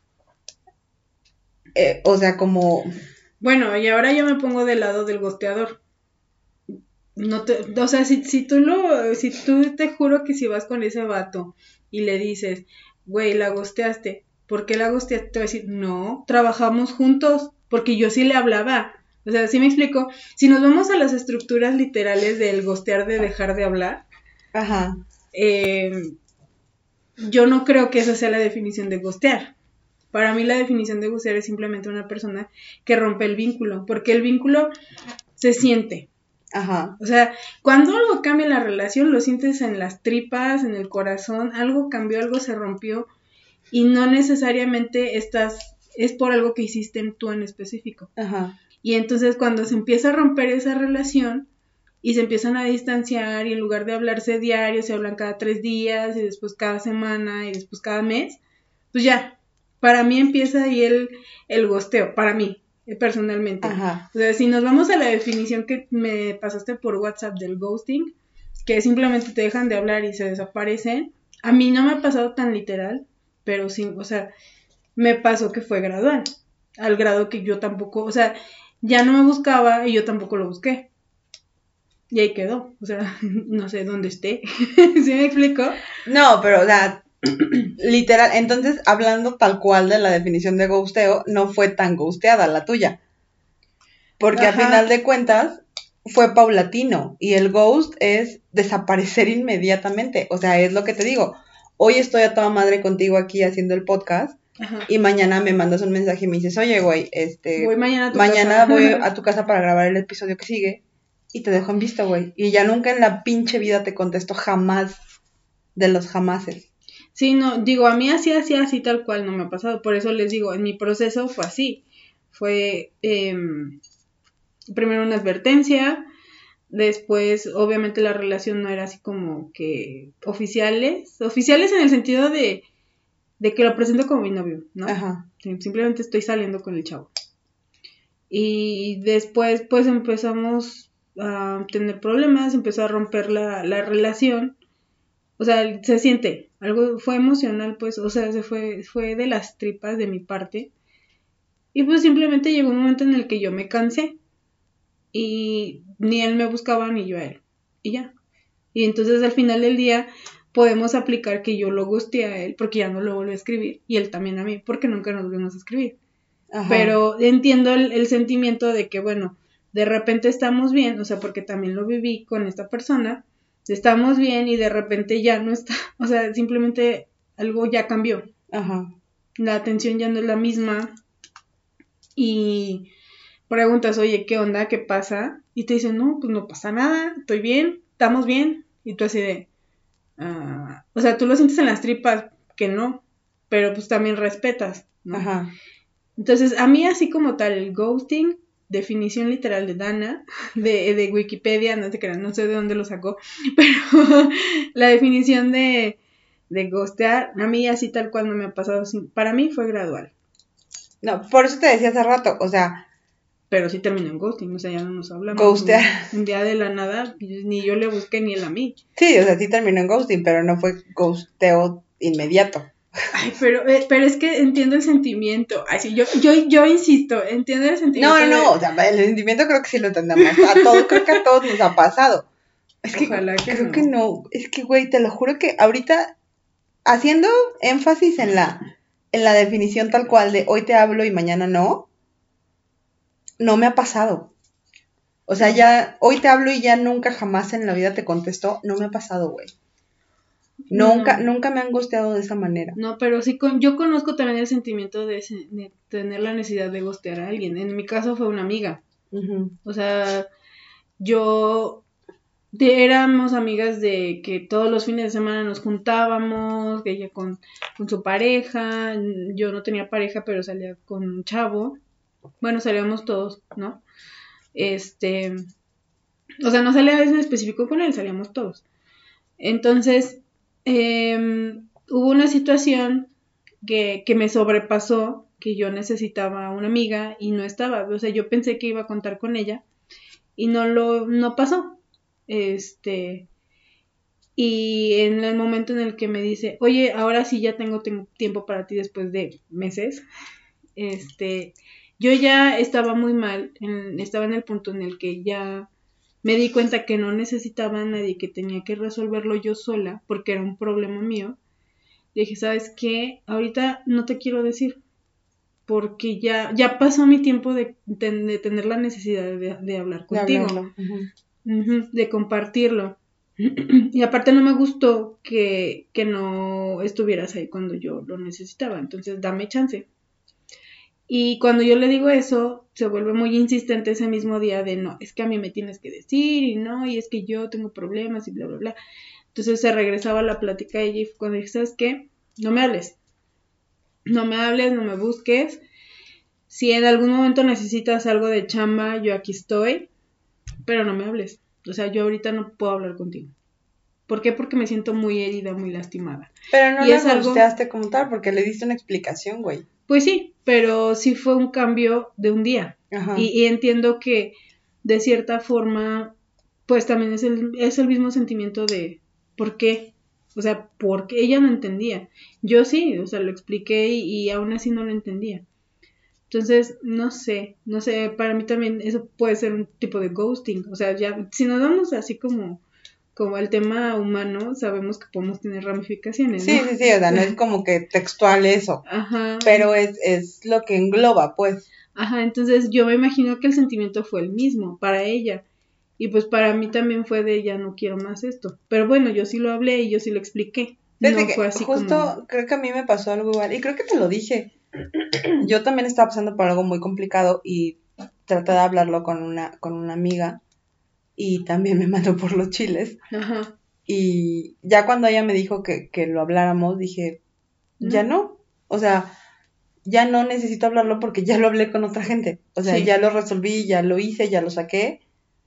Eh, o sea, como... Bueno, y ahora yo me pongo del lado del gosteador. No te, o sea, si, si tú lo, si tú te juro que si vas con ese vato y le dices, güey, la gosteaste, ¿por qué la gosteaste? Te va a decir, no, trabajamos juntos, porque yo sí le hablaba. O sea, ¿sí me explico? Si nos vamos a las estructuras literales del gostear de dejar de hablar, Ajá. Eh, yo no creo que esa sea la definición de gostear. Para mí la definición de ghostear es simplemente una persona que rompe el vínculo, porque el vínculo se siente. Ajá. O sea, cuando algo cambia en la relación, lo sientes en las tripas, en el corazón, algo cambió, algo se rompió, y no necesariamente estás, es por algo que hiciste tú en específico. Ajá. Y entonces cuando se empieza a romper esa relación, y se empiezan a distanciar, y en lugar de hablarse diario, se hablan cada tres días, y después cada semana, y después cada mes, pues ya, para mí empieza ahí el, el gosteo, para mí, personalmente. Ajá. O sea, si nos vamos a la definición que me pasaste por WhatsApp del ghosting, que simplemente te dejan de hablar y se desaparecen, a mí no me ha pasado tan literal, pero sí, o sea, me pasó que fue gradual, al grado que yo tampoco, o sea, ya no me buscaba y yo tampoco lo busqué. Y ahí quedó, o sea, no sé dónde esté. ¿Sí me explico? No, pero, o sea, literal, entonces, hablando tal cual de la definición de ghosteo, no fue tan ghosteada la tuya. Porque Ajá. a final de cuentas, fue paulatino y el ghost es desaparecer inmediatamente. O sea, es lo que te digo. Hoy estoy a toda madre contigo aquí haciendo el podcast. Ajá. Y mañana me mandas un mensaje y me dices, oye, güey, este, voy mañana a tu mañana casa. voy a tu casa para grabar el episodio que sigue y te dejo en vista, güey. Y ya nunca en la pinche vida te contesto jamás de los jamases. Sí, no, digo, a mí así, así, así, tal cual no me ha pasado. Por eso les digo, en mi proceso fue así. Fue eh, primero una advertencia, después obviamente la relación no era así como que oficiales, oficiales en el sentido de, de que lo presento como mi novio, ¿no? Ajá. Simplemente estoy saliendo con el chavo. Y después pues empezamos a tener problemas, empezó a romper la, la relación. O sea, se siente, algo fue emocional, pues, o sea, se fue, fue de las tripas de mi parte. Y pues simplemente llegó un momento en el que yo me cansé. Y ni él me buscaba ni yo a él. Y ya. Y entonces al final del día podemos aplicar que yo lo guste a él porque ya no lo volví a escribir. Y él también a mí porque nunca nos volvimos a escribir. Ajá. Pero entiendo el, el sentimiento de que, bueno, de repente estamos bien, o sea, porque también lo viví con esta persona. Estamos bien y de repente ya no está, o sea, simplemente algo ya cambió. Ajá. La atención ya no es la misma y preguntas, oye, ¿qué onda? ¿Qué pasa? Y te dicen, no, pues no pasa nada, estoy bien, estamos bien. Y tú así de, uh, o sea, tú lo sientes en las tripas que no, pero pues también respetas, ¿no? Ajá. Entonces, a mí así como tal, el ghosting, definición literal de Dana, de, de Wikipedia, no sé qué, no sé de dónde lo sacó, pero la definición de, de ghostear, a mí así tal cual no me ha pasado, para mí fue gradual. No, por eso te decía hace rato, o sea... Pero sí terminó en ghosting, o sea, ya no nos hablamos. Ghostear. Un, un día de la nada, ni yo le busqué ni él a mí. Sí, o sea, sí terminó en ghosting, pero no fue ghosteo inmediato. Ay, pero, eh, pero es que entiendo el sentimiento. Así, yo, yo, yo insisto, entiendo el sentimiento. No, no, no, de... o sea, el sentimiento creo que sí lo entendemos. A todos, creo que a todos nos ha pasado. Es que, Ojalá que creo no. que no. Es que, güey, te lo juro que ahorita, haciendo énfasis en la, en la definición tal cual de hoy te hablo y mañana no, no me ha pasado. O sea, ya, hoy te hablo y ya nunca jamás en la vida te contesto, no me ha pasado, güey. Nunca, no. nunca me han gosteado de esa manera. No, pero sí, con, yo conozco también el sentimiento de, de tener la necesidad de gostear a alguien. En mi caso fue una amiga. Uh-huh. O sea, yo de, éramos amigas de que todos los fines de semana nos juntábamos, que ella con, con su pareja, yo no tenía pareja, pero salía con un chavo. Bueno, salíamos todos, ¿no? Este, o sea, no salía en específico con él, salíamos todos. Entonces, Eh, hubo una situación que, que me sobrepasó, que yo necesitaba una amiga y no estaba, o sea, yo pensé que iba a contar con ella y no lo, no pasó, este, y en el momento en el que me dice, oye, ahora sí ya tengo, tengo tiempo para ti después de meses, este, yo ya estaba muy mal, en, estaba en el punto en el que ya me di cuenta que no necesitaba a nadie, que tenía que resolverlo yo sola, porque era un problema mío. Le dije, ¿sabes qué? Ahorita no te quiero decir, porque ya, ya pasó mi tiempo de, de, de tener la necesidad de, de hablar contigo, de, uh-huh. Uh-huh, de compartirlo. Y aparte no me gustó que, que no estuvieras ahí cuando yo lo necesitaba, entonces dame chance. Y cuando yo le digo eso, se vuelve muy insistente ese mismo día de no, es que a mí me tienes que decir y no, y es que yo tengo problemas y bla, bla, bla. Entonces se regresaba a la plática de ella y cuando dije, ¿sabes qué? No me hables. No me hables, no me busques. Si en algún momento necesitas algo de chamba, yo aquí estoy, pero no me hables. O sea, yo ahorita no puedo hablar contigo. ¿Por qué? Porque me siento muy herida, muy lastimada. Pero no le gusteaste como tal, porque le diste una explicación, güey. Pues sí, pero sí fue un cambio de un día. Ajá. Y, y entiendo que de cierta forma, pues también es el, es el mismo sentimiento de ¿por qué? O sea, porque ella no entendía. Yo sí, o sea, lo expliqué y, y aún así no lo entendía. Entonces, no sé, no sé, para mí también eso puede ser un tipo de ghosting. O sea, ya, si nos vamos así como... como al tema humano, sabemos que podemos tener ramificaciones, ¿no? Sí, sí, sí, o sea, no es como que textual eso, ajá, pero es, es lo que engloba, pues. Ajá, entonces yo me imagino que el sentimiento fue el mismo para ella, Y pues para mí también fue de ya no quiero más esto. Pero bueno, yo sí lo hablé y yo sí lo expliqué. Desde No que fue así justo como... creo que a mí me pasó algo igual. Y creo que te lo dije. Yo también estaba pasando por algo muy complicado y traté de hablarlo con una, con una amiga. Y también me mandó por los chiles. Ajá. Y ya cuando ella me dijo que, que lo habláramos, dije, ¿No? ya no. O sea, ya no necesito hablarlo porque ya lo hablé con otra gente. O sea, Sí. ya lo resolví, ya lo hice, ya lo saqué.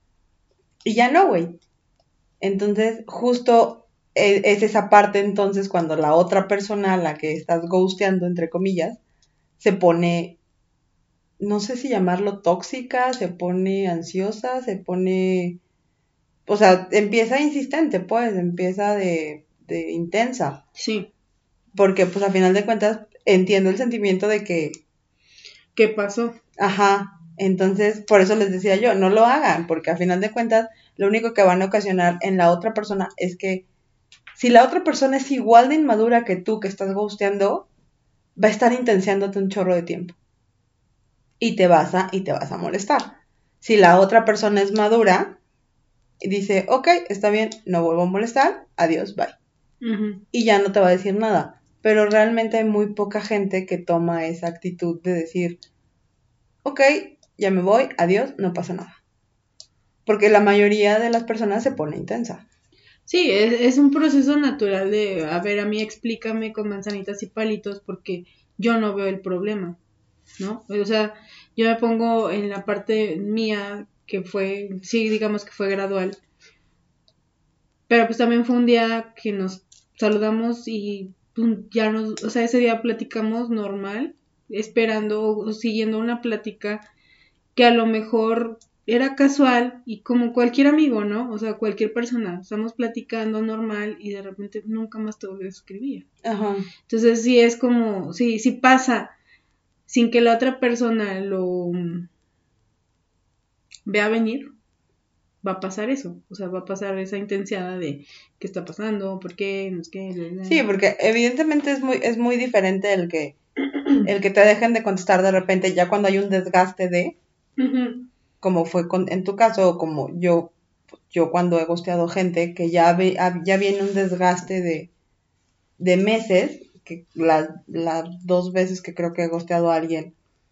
Y ya no, güey. Entonces, justo es, es esa parte entonces cuando la otra persona a la que estás ghosteando, entre comillas, se pone, no sé si llamarlo tóxica, se pone ansiosa, se pone, o sea, empieza insistente, pues, empieza de, de intensa. Sí. Porque, pues, a final de cuentas, entiendo el sentimiento de que... ¿Qué pasó? Ajá, entonces, por eso les decía yo, no lo hagan, porque a final de cuentas, lo único que van a ocasionar en la otra persona es que si la otra persona es igual de inmadura que tú que estás ghosteando, va a estar intensiándote un chorro de tiempo. Y te vas a, y te vas a molestar. Si la otra persona es madura y dice, ok, está bien, no vuelvo a molestar, adiós, bye. Uh-huh. Y ya no te va a decir nada. Pero realmente hay muy poca gente que toma esa actitud de decir, ok, ya me voy, adiós, no pasa nada. Porque la mayoría de las personas se pone intensa. Sí, es, es un proceso natural de, a ver, a mí explícame con manzanitas y palitos porque yo no veo el problema, ¿no? O sea, yo me pongo en la parte mía que fue, sí, digamos que fue gradual, pero pues también fue un día que nos saludamos y pum, ya nos, o sea, ese día platicamos normal, esperando o siguiendo una plática que a lo mejor era casual y como cualquier amigo, ¿no? O sea, cualquier persona, estamos platicando normal y de repente nunca más te volvió a escribir. Ajá. Entonces sí es como, sí, sí pasa sin que la otra persona lo vea venir, va a pasar eso, o sea, va a pasar esa intensidad de qué está pasando, por qué, no es que... Sí, porque evidentemente es muy, es muy diferente el que, el que te dejen de contestar de repente ya cuando hay un desgaste de, uh-huh. como fue con, en tu caso, o como yo, yo cuando he gosteado gente, que ya, ve, ya viene un desgaste de, de meses, que las las dos veces que creo que he gosteado a alguien,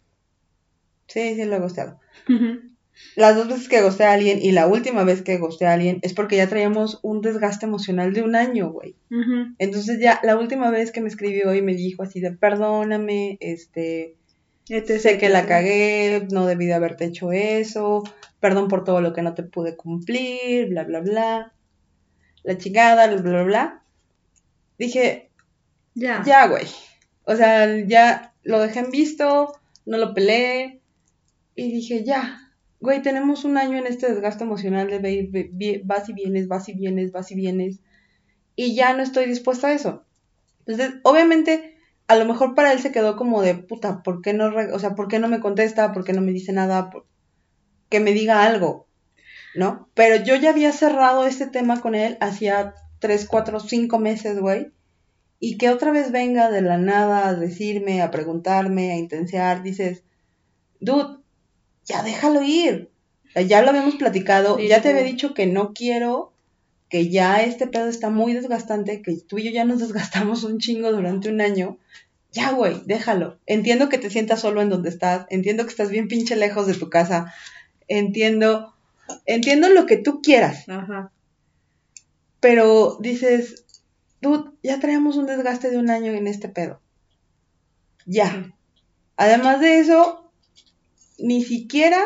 sí, sí lo he gosteado. Uh-huh. Las dos veces que gosté a alguien y la última vez que gosté a alguien es porque ya traíamos un desgaste emocional de un año, güey. Uh-huh. Entonces ya la última vez que me escribió y me dijo así de perdóname, este, Este sé que la cagué, no debí de haberte hecho eso, perdón por todo lo que no te pude cumplir, bla, bla, bla, la chingada, bla, bla, bla. Dije, ya, ya, güey. O sea, ya lo dejé en visto, no lo peleé y dije, ya. Güey, tenemos un año en este desgaste emocional de ver, vas y vienes, vas y vienes, vas y vienes. Y ya no estoy dispuesta a eso. Entonces, obviamente, a lo mejor para él se quedó como de, puta, ¿por qué no, re o sea, ¿por qué no me contesta? ¿Por qué no me dice nada? ¿Por que me diga algo? ¿No? Pero yo ya había cerrado este tema con él hacía tres, cuatro, cinco meses, güey. Y que otra vez venga de la nada a decirme, a preguntarme, a intensear, dices, dude, ya déjalo ir. Ya lo habíamos platicado, sí, ya te había dicho que no quiero, que ya este pedo está muy desgastante, que tú y yo ya nos desgastamos un chingo durante un año. Ya, güey, déjalo. Entiendo que te sientas solo en donde estás, entiendo que estás bien pinche lejos de tu casa, entiendo, entiendo lo que tú quieras. Ajá. Pero dices, dude, ya traemos un desgaste de un año en este pedo. Ya. Sí. Además de eso, ni siquiera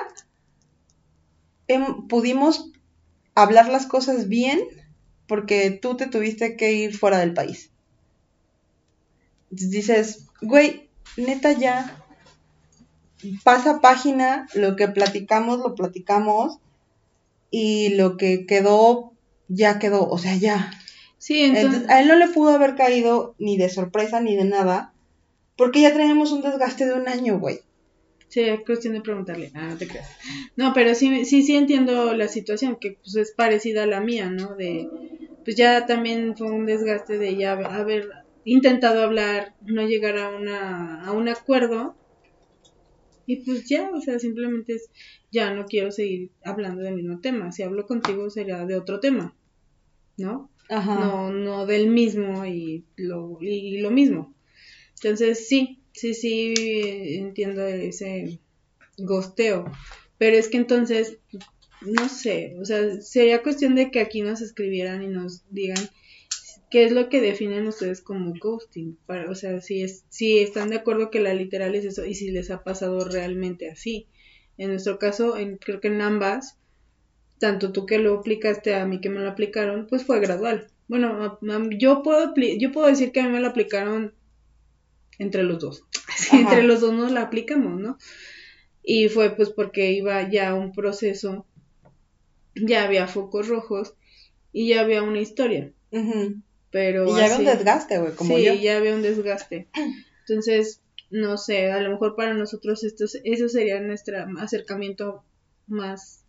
em, pudimos hablar las cosas bien porque tú te tuviste que ir fuera del país. Entonces dices, güey, neta ya, pasa página, lo que platicamos, lo platicamos, y lo que quedó, ya quedó, o sea, ya. Sí, entonces... entonces, a él no le pudo haber caído ni de sorpresa ni de nada, porque ya traíamos un desgaste de un año, güey. Sí, es cuestión de preguntarle. Ah, no te creas. No, pero sí, sí, sí entiendo la situación, que pues es parecida a la mía, ¿no? De, pues ya también fue un desgaste de ya haber intentado hablar, no llegar a una, a un acuerdo, Y pues ya, o sea, simplemente es, ya no quiero seguir hablando del mismo tema. Si hablo contigo sería de otro tema, ¿no? Ajá. No, no del mismo y lo, y lo mismo. Entonces sí, sí, sí entiendo ese gosteo. Pero es que entonces, no sé, o sea, sería cuestión de que aquí nos escribieran y nos digan qué es lo que definen ustedes como ghosting. Para, o sea, si, es, si están de acuerdo que la literal es eso y si les ha pasado realmente así. En nuestro caso, en, creo que en ambas, tanto tú que lo aplicaste a mí que me lo aplicaron, pues fue gradual. Bueno, a, a, yo, puedo, yo puedo decir que a mí me lo aplicaron entre los dos. Así, entre los dos nos la aplicamos, ¿no? Y fue pues porque iba ya un proceso, ya había focos rojos y ya había una historia. Uh-huh. Pero y ya así, había un desgaste, güey, como sí, yo. Sí, ya había un desgaste. Entonces, no sé, a lo mejor para nosotros esto, eso sería nuestro acercamiento más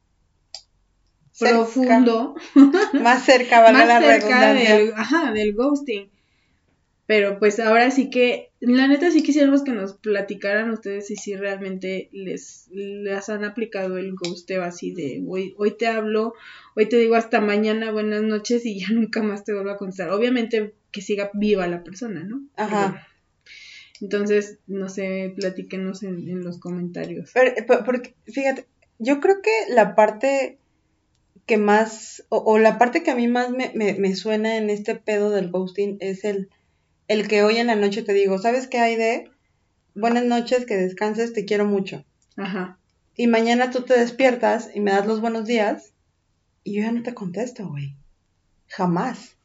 cerca, profundo. Más cerca, valga más la cerca redundancia. Del, ajá, del ghosting. Pero pues ahora sí que, la neta sí quisiéramos que nos platicaran ustedes si sí realmente les, les han aplicado el ghosteo así de hoy, hoy te hablo, hoy te digo hasta mañana, buenas noches y ya nunca más te vuelvo a contestar. Obviamente que siga viva la persona, ¿no? Ajá. Pero, entonces, no sé, platíquenos en, en los comentarios. Pero, porque, fíjate, yo creo que la parte que más, o, o la parte que a mí más me, me, me suena en este pedo del ghosting es el El que hoy en la noche te digo, ¿sabes qué hay de? Buenas noches, que descanses, te quiero mucho. Ajá. Y mañana tú te despiertas y me das los buenos días y yo ya no te contesto, güey. Jamás.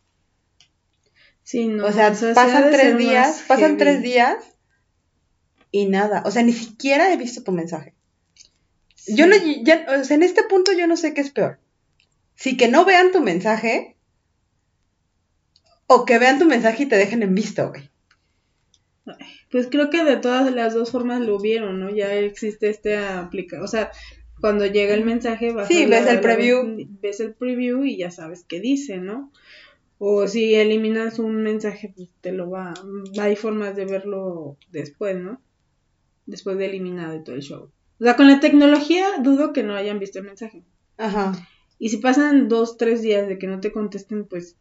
Sí, no. O sea, o sea pasan sí tres días, pasan heavy. tres días y nada. O sea, ni siquiera he visto tu mensaje. Sí. Yo no, ya, o sea, en este punto yo no sé qué es peor. Si que no vean tu mensaje o que vean tu mensaje y te dejen en visto, güey. Pues creo que de todas las dos formas lo vieron, ¿no? Ya existe este aplicación, o sea, cuando llega el mensaje vas sí, a ves la, el preview, la, ves el preview y ya sabes qué dice, ¿no? O si eliminas un mensaje, pues te lo va, hay formas de verlo después, ¿no? Después de eliminado y todo el show. O sea, con la tecnología dudo que no hayan visto el mensaje. Ajá. Y si pasan dos, tres días de que no te contesten, pues,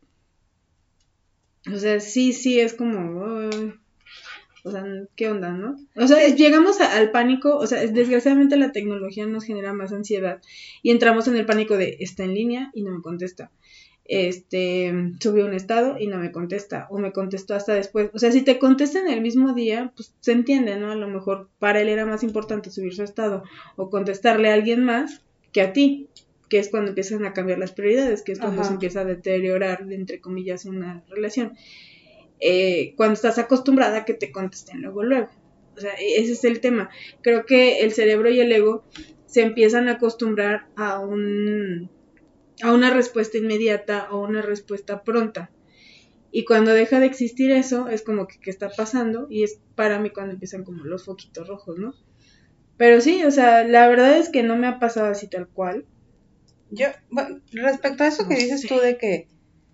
o sea, sí, sí es como, uh, o sea, ¿qué onda, no? O sea, sí. Llegamos a, al pánico, o sea, desgraciadamente la tecnología nos genera más ansiedad y entramos en el pánico de, está en línea y no me contesta. Este, subió un estado y no me contesta, o me contestó hasta después. O sea, si te contesta en el mismo día, pues se entiende, ¿no? A lo mejor para él era más importante subir su estado o contestarle a alguien más que a ti, que es cuando empiezan a cambiar las prioridades, que es cuando Ajá. se empieza a deteriorar, entre comillas, una relación. Eh, cuando estás acostumbrada a que te contesten luego, luego. O sea, ese es el tema. Creo que el cerebro y el ego se empiezan a acostumbrar a un a una respuesta inmediata o una respuesta pronta. Y cuando deja de existir eso, es como que ¿qué está pasando? Y es para mí cuando empiezan como los foquitos rojos, ¿no? Pero sí, o sea, la verdad es que no me ha pasado así tal cual. Yo, bueno, respecto a eso no que dices sé. tú de que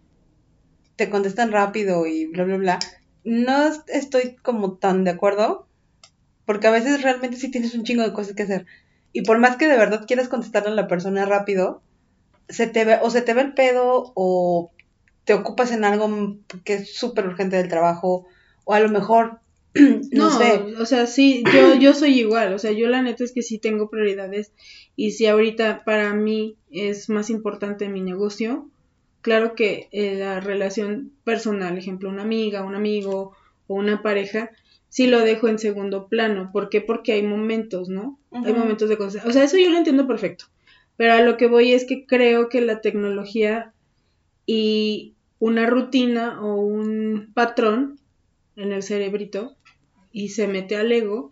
te contestan rápido y bla, bla, bla, no estoy como tan de acuerdo, porque a veces realmente sí tienes un chingo de cosas que hacer. Y por más que de verdad quieras contestarle a la persona rápido, se te ve, o se te ve el pedo, o te ocupas en algo que es súper urgente del trabajo, o a lo mejor, no, no sé. O sea, sí, yo, yo soy igual, o sea, yo la neta es que sí tengo prioridades, y si ahorita para mí es más importante mi negocio, claro que eh, la relación personal, ejemplo, una amiga, un amigo o una pareja, sí lo dejo en segundo plano. ¿Por qué? Porque hay momentos, ¿no? Uh-huh. Hay momentos de cosas. O sea, eso yo lo entiendo perfecto. Pero a lo que voy es que creo que la tecnología y una rutina o un patrón en el cerebrito y se mete al ego.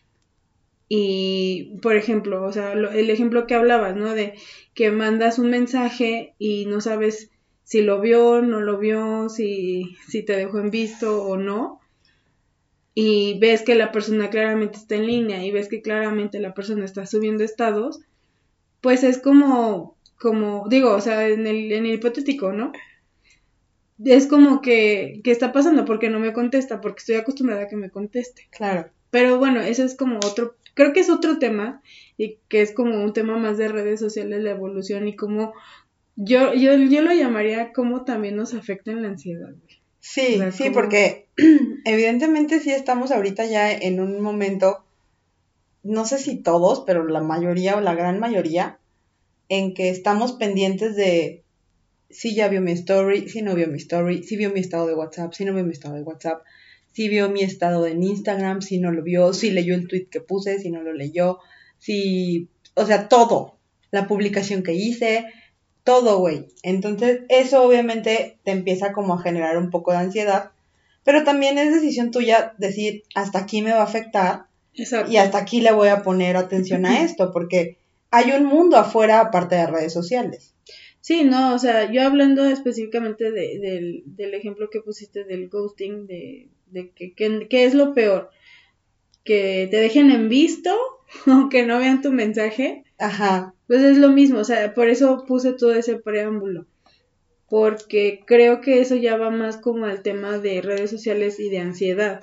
Y, por ejemplo, o sea, lo, el ejemplo que hablabas, ¿no? De que mandas un mensaje y no sabes si lo vio, no lo vio, si, si te dejó en visto o no, y ves que la persona claramente está en línea y ves que claramente la persona está subiendo estados, pues es como, como digo, o sea, en el, en el hipotético, ¿no? Es como que, ¿qué está pasando? Porque no me contesta, porque estoy acostumbrada a que me conteste. Claro. Pero bueno, eso es como otro creo que es otro tema, y que es como un tema más de redes sociales, la evolución, y cómo, yo, yo, yo lo llamaría cómo también nos afecta en la ansiedad, güey. Sí, O sea, sí, cómo- porque evidentemente sí estamos ahorita ya en un momento, no sé si todos, pero la mayoría o la gran mayoría, en que estamos pendientes de si ya vio mi story, si no vio mi story, si vio mi estado de WhatsApp, si no vio mi estado de WhatsApp, si vio mi estado en Instagram, si no lo vio, si leyó el tweet que puse, si no lo leyó, si, o sea, todo, la publicación que hice, todo, güey. Entonces, eso obviamente te empieza como a generar un poco de ansiedad, pero también es decisión tuya decir, hasta aquí me va a afectar Exacto. y hasta aquí le voy a poner atención a esto, porque hay un mundo afuera aparte de redes sociales. Sí, no, o sea, yo hablando específicamente de, del, del ejemplo que pusiste del ghosting, de, de que, que, que es lo peor, que te dejen en visto o que no vean tu mensaje, Ajá. pues es lo mismo, o sea, por eso puse todo ese preámbulo, porque creo que eso ya va más como al tema de redes sociales y de ansiedad,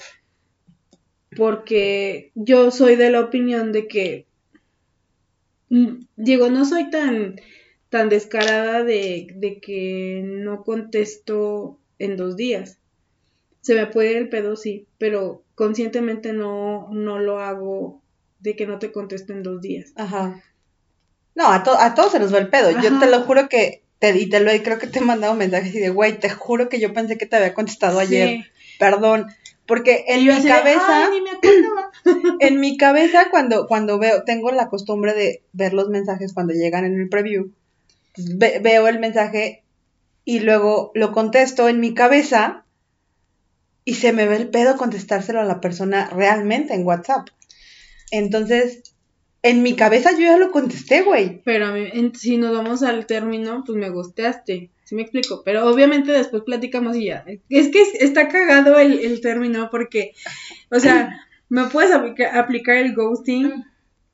porque yo soy de la opinión de que, mm, digo, no soy tan tan descarada de, de que no contesto en dos días. Se me puede ir el pedo, sí, pero conscientemente no, no lo hago de que no te contesto en dos días. Ajá. No, a, to a todos se nos va el pedo. Ajá. Yo te lo juro que, te, y te lo creo que te he mandado mensajes y de, güey, te juro que yo pensé que te había contestado Sí. ayer. Perdón. Porque en Y yo mi así de, cabeza, "Ay, ni me acordaba". en mi cabeza cuando, cuando veo, tengo la costumbre de ver los mensajes cuando llegan en el preview, pues, ve, veo el mensaje y luego lo contesto en mi cabeza y se me ve el pedo contestárselo a la persona realmente en WhatsApp. Entonces, en mi cabeza yo ya lo contesté, güey. Pero a mí, en, si nos vamos al término, pues me gustaste, ¿sí me explico? Pero obviamente después platicamos y ya. Es que está cagado el, el término porque, o sea, me puedes aplica, aplicar el ghosting,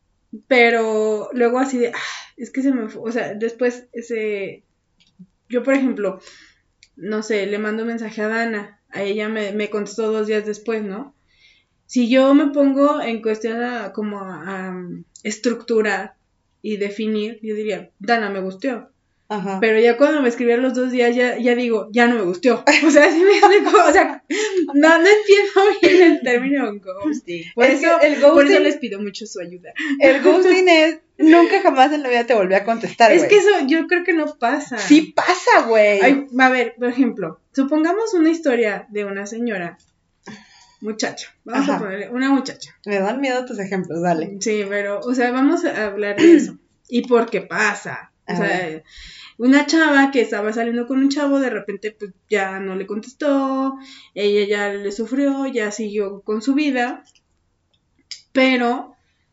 pero luego así de, ah, es que se me fue, o sea, después ese, yo por ejemplo, no sé, le mando un mensaje a Dana, a ella me, me contestó dos días después, ¿no? Si yo me pongo en cuestión a, como a, a estructurar y definir, yo diría, Dana me gustó. Ajá. Pero ya cuando me escribieron los dos días, ya, ya digo, ya no me gustó. O sea, ¿sí me explico? O sea, no, no entiendo bien el término ghosting. Por, Es eso, que el ghosting, por eso les pido mucho su ayuda. El ghosting es, nunca jamás en la vida te volví a contestar, Es güey. que eso yo creo que no pasa. Sí pasa, güey. Ay, a ver, por ejemplo, supongamos una historia de una señora, muchacha, vamos Ajá. a ponerle una muchacha. Me dan miedo tus ejemplos, dale. Sí, pero, o sea, vamos a hablar de eso. ¿Y por qué pasa? O A sea, ver. una chava que estaba saliendo con un chavo, de repente pues ya no le contestó, ella ya le sufrió, ya siguió con su vida, pero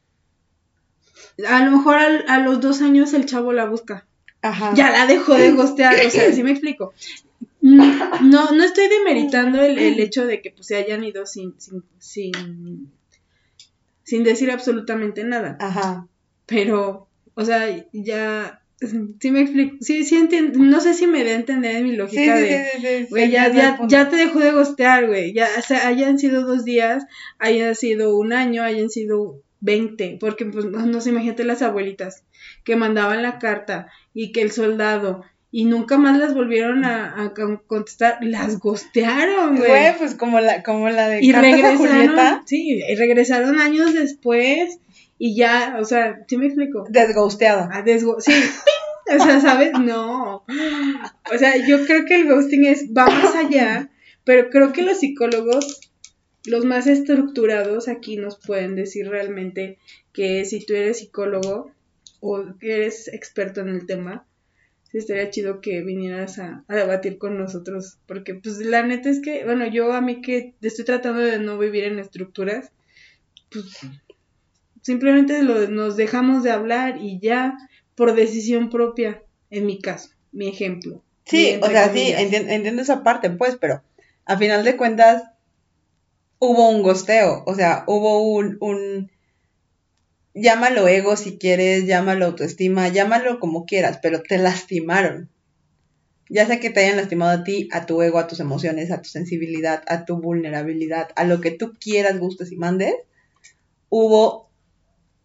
a lo mejor a, a los dos años el chavo la busca. Ajá. Ya la dejó de gostear, o sea, ¿sí me explico? No, no estoy demeritando el, el hecho de que pues se hayan ido sin, sin, sin, sin decir absolutamente nada. Ajá. Pero, o sea, ya, sí me explico, sí, sí entiendo, no sé si me da a entender mi lógica Sí, sí, de, sí, sí, sí, güey, sí, ya, entiendo el ya, punto. ya te dejó de gostear, güey, ya, o sea, hayan sido dos días, hayan sido un año, hayan sido veinte, porque pues no, no sé, imagínate las abuelitas que mandaban la carta y que el soldado y nunca más las volvieron a, a contestar, las gostearon, güey. Güey, pues como la, como la de Y Cartas a regresaron, Julieta. sí, y regresaron años después y ya, o sea, ¿sí me explico? Desghosteada. A desgo sí, ¡ping! O sea, ¿sabes? No. O sea, yo creo que el ghosting es, va más allá, pero creo que los psicólogos, los más estructurados aquí nos pueden decir realmente que si tú eres psicólogo o que eres experto en el tema, sí estaría chido que vinieras a, a debatir con nosotros, porque pues la neta es que, bueno, yo a mí que estoy tratando de no vivir en estructuras, pues simplemente lo, nos dejamos de hablar y ya por decisión propia, en mi caso, mi ejemplo. Sí, o sea, sí, entiendo, entiendo esa parte, pues, pero a final de cuentas hubo un gosteo, o sea, hubo un, un, llámalo ego si quieres, llámalo autoestima, llámalo como quieras, pero te lastimaron. Ya sea que te hayan lastimado a ti, a tu ego, a tus emociones, a tu sensibilidad, a tu vulnerabilidad, a lo que tú quieras, gustes y mandes, hubo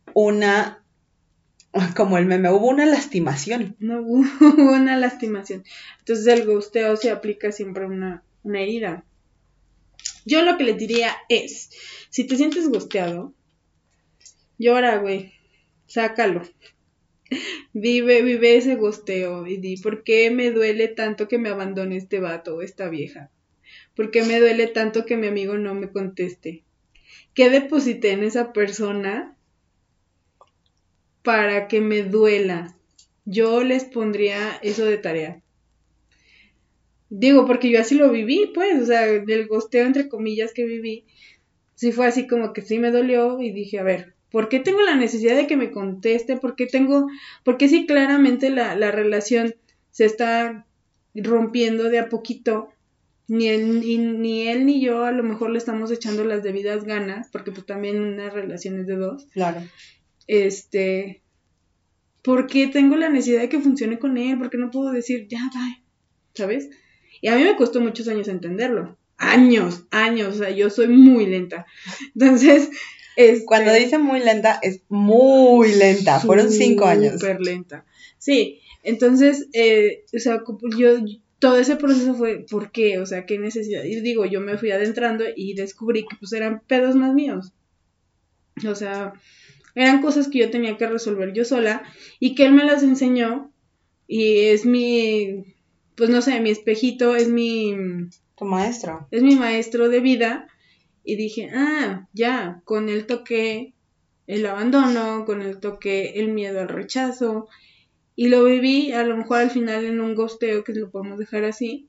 una, como el meme, hubo una lastimación. No hubo una lastimación. Entonces el ghosteo se aplica siempre a una, una herida. Yo lo que les diría es, si te sientes ghosteado, llora, güey, sácalo. Vive, vive ese gosteo y di, ¿por qué me duele tanto que me abandone este vato o esta vieja? ¿Por qué me duele tanto que mi amigo no me conteste? ¿Qué deposité en esa persona para que me duela? Yo les pondría eso de tarea. Digo, porque yo así lo viví, pues, o sea, del gosteo entre comillas que viví, sí fue así como que sí me dolió y dije, a ver, ¿por qué tengo la necesidad de que me conteste? ¿Por qué tengo, por qué sí claramente la, la relación se está rompiendo de a poquito? Ni él, ni, ni él ni yo a lo mejor le estamos echando las debidas ganas, porque pues también una relación es de dos. Claro. Este, ¿por qué tengo la necesidad de que funcione con él? ¿Por qué no puedo decir, ya, bye? ¿Sabes? Y a mí me costó muchos años entenderlo. Años, años, o sea, yo soy muy lenta. Entonces, este, cuando dice muy lenta, es muy lenta. Fueron cinco años. Súper lenta. Sí, entonces, eh, o sea, yo, todo ese proceso fue, ¿por qué? O sea, ¿qué necesidad? Y digo, yo me fui adentrando y descubrí que pues eran pedos más míos. O sea, eran cosas que yo tenía que resolver yo sola y que él me las enseñó y es mi, pues no sé, mi espejito, es mi... Tu maestro. Es mi maestro de vida. Y dije, ah, ya, con él toqué el abandono, con él toqué el miedo al rechazo. Y lo viví a lo mejor al final en un ghosteo, que lo podemos dejar así.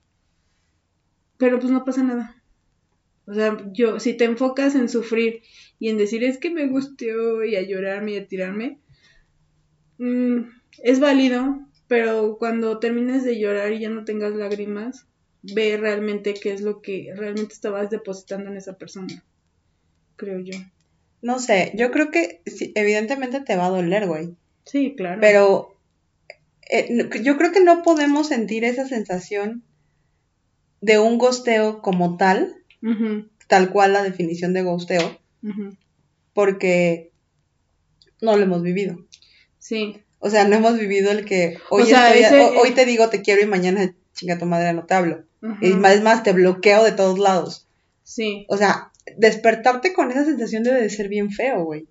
Pero pues no pasa nada. O sea, yo, si te enfocas en sufrir y en decir es que me gusteó y a llorarme y a tirarme, mmm, es válido, pero cuando termines de llorar y ya no tengas lágrimas, ve realmente qué es lo que realmente estabas depositando en esa persona, creo yo. No sé, yo creo que sí, evidentemente te va a doler, güey. Sí, claro. Pero eh, yo creo que no podemos sentir esa sensación de un ghosteo como tal, uh-huh. tal cual la definición de ghosteo, uh-huh. porque no lo hemos vivido. Sí. O sea, no hemos vivido el que hoy, o sea, estoy, ese, hoy, hoy te digo te quiero y mañana chinga tu madre no te hablo. Uh-huh. Y más, es más, te bloqueo de todos lados. Sí. O sea, despertarte con esa sensación debe de ser bien feo, güey.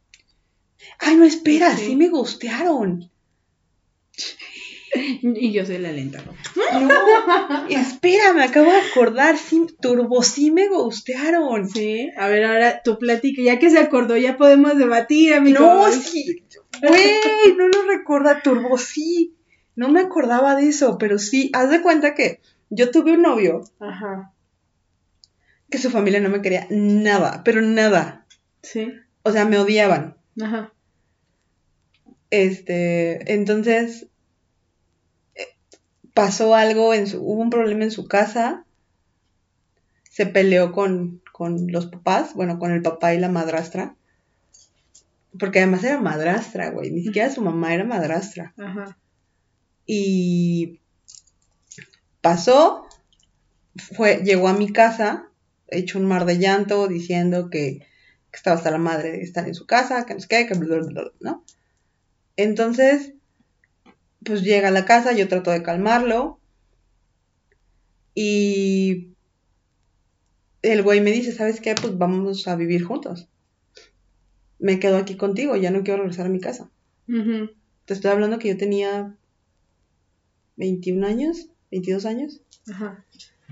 Ay, no, espera, sí, sí me gustearon. Y yo soy la lenta, ¿no? No, espera, me acabo de acordar, sí, turbo, sí me gustearon. Sí, a ver, ahora tu platica, ya que se acordó, ya podemos debatir, amigo. No, sí, güey, no lo recuerda, turbo, sí. No me acordaba de eso, pero sí, haz de cuenta que yo tuve un novio. Ajá. Que su familia no me quería nada, pero nada. Sí. O sea, me odiaban. Ajá. Este, entonces pasó algo, en su, hubo un problema en su casa, se peleó con, con los papás, bueno, con el papá y la madrastra, porque además era madrastra, güey, ni siquiera su mamá era madrastra. Ajá. Y pasó, fue, llegó a mi casa, hecho un mar de llanto, diciendo que, que estaba hasta la madre de estar en su casa, que no sé qué, que bla, bla, bla, ¿no? Entonces, pues llega a la casa, yo trato de calmarlo y el güey me dice, ¿sabes qué? Pues vamos a vivir juntos. Me quedo aquí contigo, ya no quiero regresar a mi casa. Uh-huh. Te estoy hablando que yo tenía veintiún años, veintidós años. Ajá.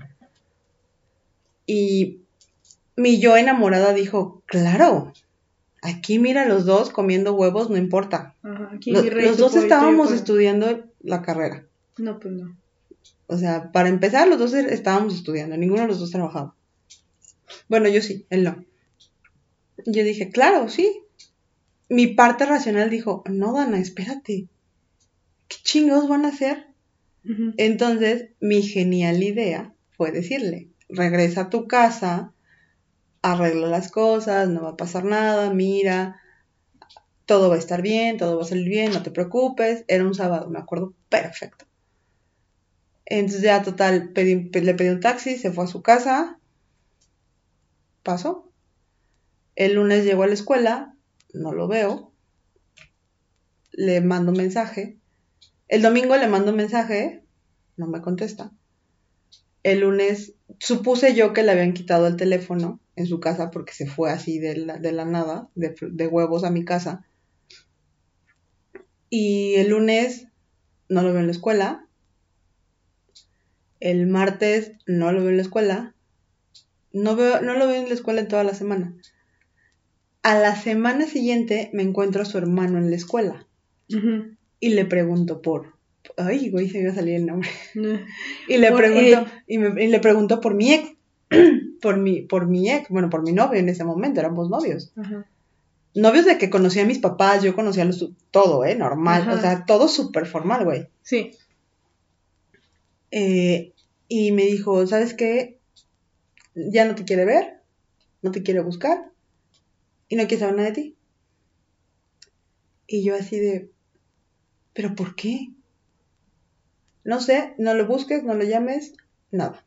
Y mi yo enamorada dijo, claro, aquí mira los dos comiendo huevos, no importa. Ajá. Aquí Los, los dos estábamos estudiando la carrera. No, pues no. O sea, para empezar, los dos estábamos estudiando, ninguno de los dos trabajaba. Bueno, yo sí, él no. Yo dije, claro, sí. Mi parte racional dijo, no, Dana, espérate. ¿Qué chingados van a hacer? Uh-huh. Entonces, mi genial idea fue decirle, regresa a tu casa, arregla las cosas, no va a pasar nada, mira, todo va a estar bien, todo va a salir bien, no te preocupes. Era un sábado, me acuerdo perfecto. Entonces ya total, pedí, le pedí un taxi, se fue a su casa, pasó. El lunes llegó a la escuela no lo veo. Le mando mensaje. El domingo le mando mensaje, no me contesta. El lunes supuse yo que le habían quitado el teléfono en su casa porque se fue así de la, de la nada, de, de huevos a mi casa. Y el lunes no lo veo en la escuela. El martes no lo veo en la escuela. No, veo, no lo veo en la escuela en toda la semana. A la semana siguiente me encuentro a su hermano en la escuela. Uh-huh. Y le pregunto por... Ay, güey, se me iba a salir el nombre. Uh-huh. Y le por pregunto y, me, y le pregunto por mi ex. por, mi, por mi ex. Bueno, por mi novio en ese momento. Éramos novios. Uh-huh. Novios de que conocía a mis papás. Yo conocía los, todo, ¿eh? Normal. Uh-huh. O sea, todo súper formal, güey. Sí. Eh, y me dijo, ¿sabes qué? Ya no te quiere ver. No te quiere buscar. Y no quiere saber nada de ti. Y yo así de... ¿Pero por qué? No sé, no lo busques, no lo llames, nada.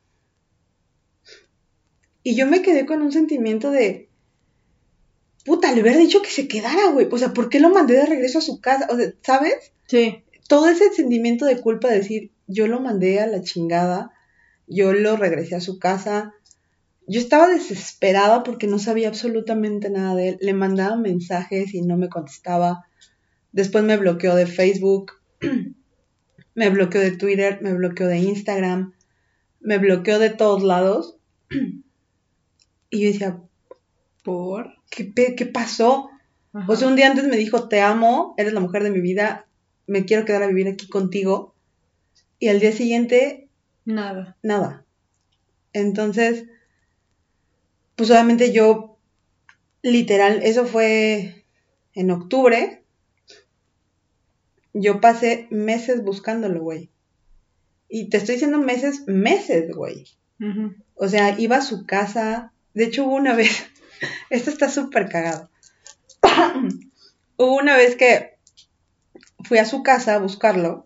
Y yo me quedé con un sentimiento de... Puta, le hubiera dicho que se quedara, güey. O sea, ¿por qué lo mandé de regreso a su casa? O sea, ¿sabes? Sí. Todo ese sentimiento de culpa de decir, yo lo mandé a la chingada, yo lo regresé a su casa... Yo estaba desesperada porque no sabía absolutamente nada de él. Le mandaba mensajes y no me contestaba. Después me bloqueó de Facebook, me bloqueó de Twitter, me bloqueó de Instagram, me bloqueó de todos lados. Y yo decía, ¿por? ¿Qué, qué pasó? Ajá. O sea, un día antes me dijo, te amo, eres la mujer de mi vida, me quiero quedar a vivir aquí contigo. Y al día siguiente... Nada. Nada. Entonces... Pues obviamente yo, literal, eso fue en octubre, yo pasé meses buscándolo, güey. Y te estoy diciendo meses, meses, güey. Uh-huh. O sea, iba a su casa, de hecho hubo una vez, esto está súper cagado, hubo una vez que fui a su casa a buscarlo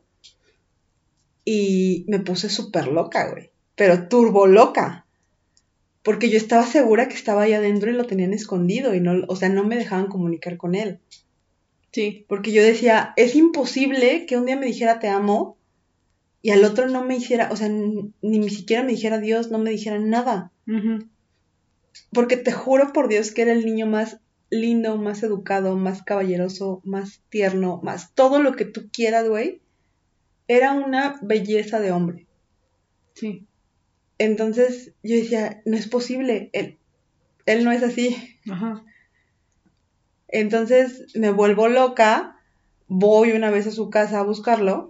y me puse súper loca, güey, pero turbo loca. Porque yo estaba segura que estaba ahí adentro y lo tenían escondido y no, o sea, no me dejaban comunicar con él. Sí. Porque yo decía, es imposible que un día me dijera te amo y al otro no me hiciera, o sea, ni, ni siquiera me dijera adiós, no me dijera nada. Uh-huh. Porque te juro por Dios que era el niño más lindo, más educado, más caballeroso, más tierno, más todo lo que tú quieras, güey. Era una belleza de hombre. Sí. Entonces yo decía, no es posible, él, él no es así. Ajá. Entonces me vuelvo loca, voy una vez a su casa a buscarlo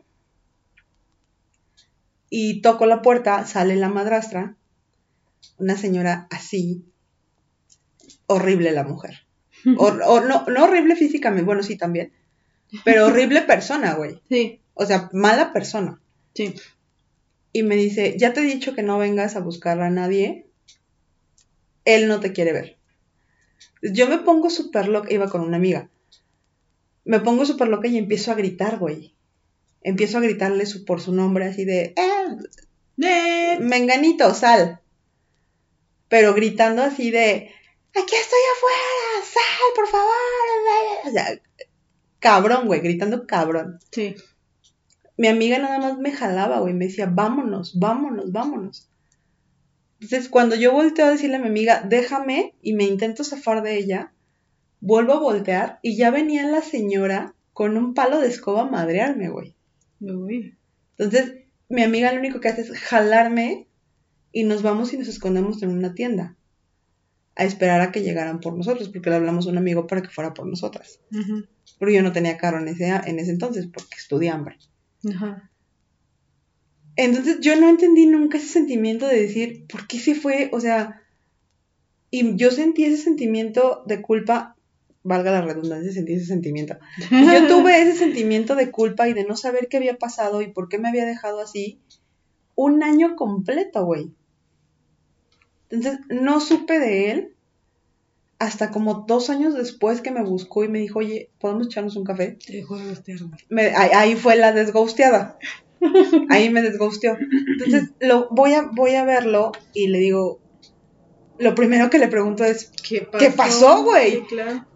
y toco la puerta, sale la madrastra, una señora así, horrible la mujer. O, o no, no horrible físicamente, bueno, sí también, pero horrible persona, güey. Sí. O sea, mala persona. Sí. Y me dice, ya te he dicho que no vengas a buscar a nadie, él no te quiere ver. Yo me pongo súper loca, iba con una amiga, me pongo súper loca y empiezo a gritar, güey. Empiezo a gritarle su, por su nombre así de, eh, eh, menganito, sal. Pero gritando así de, aquí estoy afuera, sal, por favor. O sea, cabrón, güey, gritando cabrón. Sí. Mi amiga nada más me jalaba, güey, me decía, vámonos, vámonos, vámonos. Entonces, cuando yo volteo a decirle a mi amiga, déjame, y me intento zafar de ella, vuelvo a voltear, y ya venía la señora con un palo de escoba a madrearme, güey. Uy. Entonces, mi amiga lo único que hace es jalarme, y nos vamos y nos escondemos en una tienda, a esperar a que llegaran por nosotros, porque le hablamos a un amigo para que fuera por nosotras. Uh-huh. Porque yo no tenía carro en ese, en ese entonces, porque estudié hambre. Uh-huh. Entonces yo no entendí nunca ese sentimiento de decir, ¿por qué se fue? O sea, y yo sentí ese sentimiento de culpa, valga la redundancia, sentí ese sentimiento. Y yo tuve ese sentimiento de culpa y de no saber qué había pasado y por qué me había dejado así un año completo, güey. Entonces no supe de él hasta como dos años después que me buscó y me dijo, oye, ¿podemos echarnos un café? Te dejó de ghostear, me, ahí, ahí fue la desghosteada. Ahí me desghosteó. Entonces lo, voy, a, voy a verlo y le digo, lo primero que le pregunto es, ¿qué pasó, ¿qué pasó, güey? Sí, claro.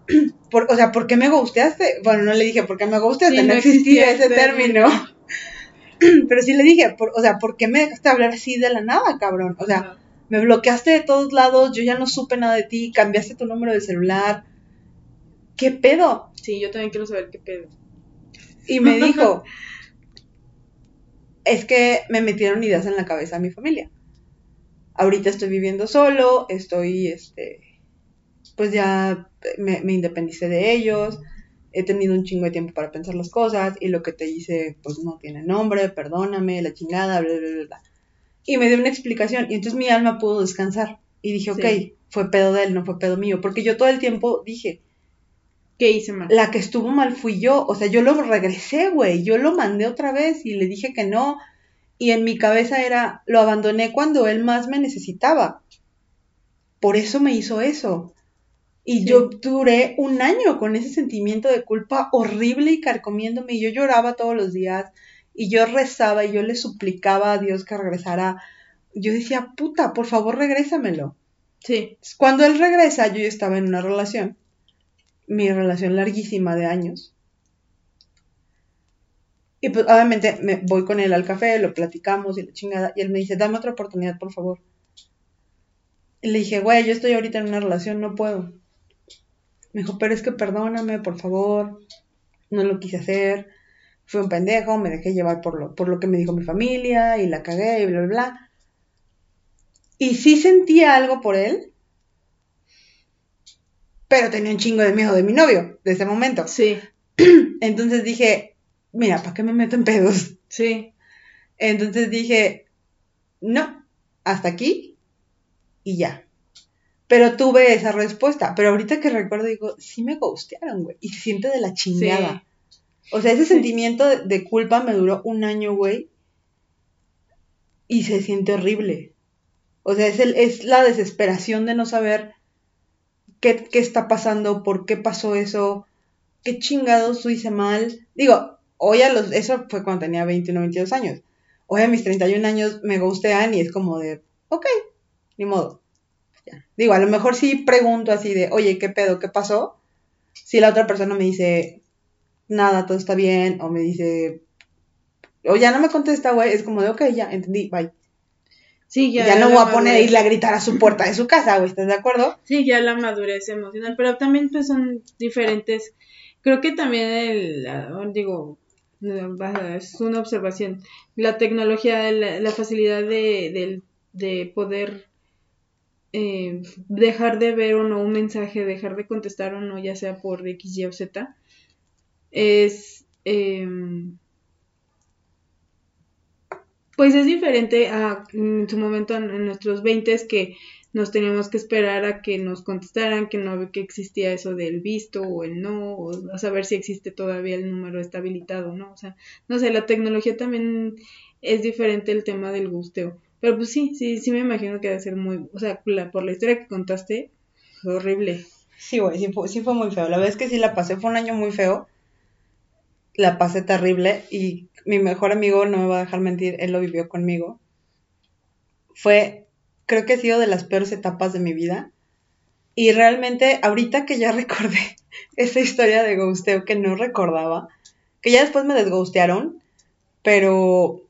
por, o sea, ¿por qué me gusteaste? Bueno, no le dije, ¿por qué me gusteaste? Sí, no, no existía existía ese término. Pero sí le dije, por, o sea, ¿por qué me dejaste hablar así de la nada, cabrón? O sea, No. me bloqueaste de todos lados, yo ya no supe nada de ti, cambiaste tu número de celular. ¿Qué pedo? Sí, yo también quiero saber qué pedo. Y me dijo, es que me metieron ideas en la cabeza a mi familia. Ahorita estoy viviendo solo, estoy, este, pues ya me, me independicé de ellos, he tenido un chingo de tiempo para pensar las cosas y lo que te hice, pues no tiene nombre, perdóname, la chingada, bla, bla, bla, bla. Y me dio una explicación y entonces mi alma pudo descansar. Y dije, Sí. ok, fue pedo de él, no fue pedo mío. Porque yo todo el tiempo dije, ¿Qué hice mal? la que estuvo mal fui yo. O sea, yo lo regresé, güey. Yo lo mandé otra vez y le dije que no. Y en mi cabeza era, lo abandoné cuando él más me necesitaba. Por eso me hizo eso. Y Sí. yo duré un año con ese sentimiento de culpa horrible y carcomiéndome. Y yo lloraba todos los días. Y yo rezaba y yo le suplicaba a Dios que regresara. Yo decía, puta, por favor, regrésamelo. Sí. Cuando él regresa, yo ya estaba en una relación. Mi relación larguísima de años. Y pues obviamente me voy con él al café, lo platicamos y la chingada. Y él me dice, dame otra oportunidad, por favor. Y le dije, güey, yo estoy ahorita en una relación, no puedo. Me dijo, pero es que perdóname, por favor. No lo quise hacer. Fui un pendejo, me dejé llevar por lo, por lo que me dijo mi familia y la cagué y bla, bla, bla. Y sí sentía algo por él, pero tenía un chingo de miedo de mi novio, de ese momento. Sí. Entonces dije, mira, ¿para qué me meto en pedos? Sí. Entonces dije, no, hasta aquí y ya. Pero tuve esa respuesta. Pero ahorita que recuerdo digo, sí me ghostearon, güey. Y se siente de la chingada. Sí. O sea, ese Sí. sentimiento de, de culpa me duró un año, güey. Y se siente horrible. O sea, es, el, es la desesperación de no saber qué, qué está pasando, por qué pasó eso, qué chingados hice mal. Digo, hoy a los... Eso fue cuando tenía veintiuno, veintidós años. Hoy a mis treinta y un años me ghostean y es como de, ok, ni modo. Ya. Digo, a lo mejor sí pregunto así de, oye, ¿qué pedo? ¿Qué pasó? Si la otra persona me dice, nada, todo está bien, o me dice, o ya no me contesta, güey, es como de, ok, ya, entendí, bye. Sí, ya, Ya, ya no la voy a poner a madurez. irle a gritar a su puerta de su casa, güey, ¿estás de acuerdo? Sí, ya la madurez emocional, pero también pues son diferentes. Creo que también el, la- digo, no, baja, es una observación. La tecnología, la, la facilidad de, de, de poder eh, dejar de ver o no un mensaje, dejar de contestar o no, ya sea por X, Y o Z, es... em, pues es diferente a en su momento en, en nuestros veintes que nos teníamos que esperar a que nos contestaran, que no que existía eso del visto o el no, o a saber si existe todavía el número estabilizado, ¿no? O sea, no sé, la tecnología también es diferente el tema del gusteo. Pero pues sí, sí, sí me imagino que debe ser muy, o sea, la, por la historia que contaste, fue horrible. Sí, güey, sí fue, sí fue muy feo. La verdad es que sí la pasé, fue un año muy feo. La pasé terrible y mi mejor amigo, no me va a dejar mentir, él lo vivió conmigo. Fue, creo que ha sido de las peores etapas de mi vida. Y realmente, ahorita que ya recordé esa historia de ghosteo que no recordaba, que ya después me desghostearon, pero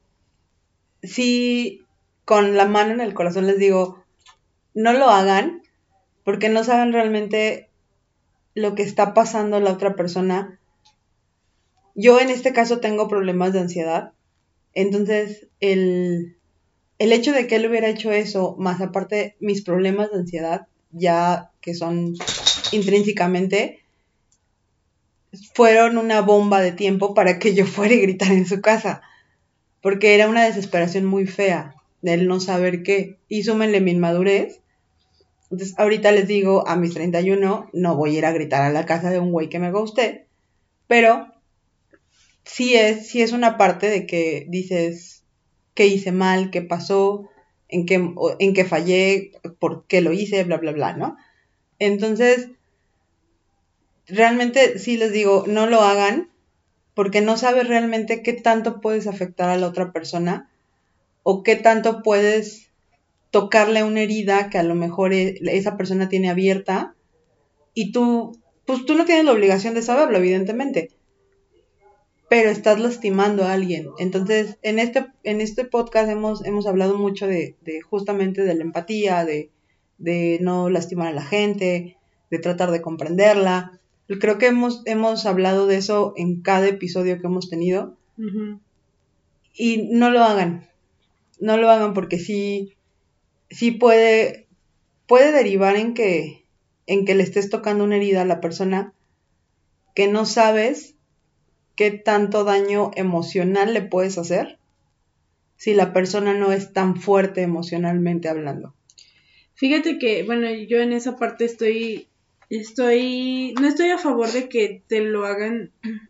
sí, con la mano en el corazón les digo, no lo hagan, porque no saben realmente lo que está pasando la otra persona. Yo en este caso tengo problemas de ansiedad, entonces el, el hecho de que él hubiera hecho eso, más aparte mis problemas de ansiedad, ya que son intrínsecamente, fueron una bomba de tiempo para que yo fuera y gritara en su casa, porque era una desesperación muy fea de él no saber qué, y súmenle mi inmadurez. Entonces ahorita les digo, a mis treinta y uno no voy a ir a gritar a la casa de un güey que me guste, pero sí es, sí es una parte de que dices qué hice mal, qué pasó, en qué, en qué fallé, por qué lo hice, bla, bla, bla, ¿no? Entonces, realmente sí les digo, no lo hagan, porque no sabes realmente qué tanto puedes afectar a la otra persona o qué tanto puedes tocarle una herida que a lo mejor esa persona tiene abierta y tú pues tú no tienes la obligación de saberlo, evidentemente, pero estás lastimando a alguien. Entonces, en este, en este podcast hemos, hemos hablado mucho de, de justamente de la empatía, de, de no lastimar a la gente, de tratar de comprenderla. Y creo que hemos, hemos hablado de eso en cada episodio que hemos tenido. Uh-huh. Y no lo hagan. No lo hagan porque sí, sí puede, puede derivar en que, en que le estés tocando una herida a la persona que no sabes qué tanto daño emocional le puedes hacer si la persona no es tan fuerte emocionalmente hablando. Fíjate que, bueno, yo en esa parte estoy, estoy, no estoy a favor de que te lo hagan,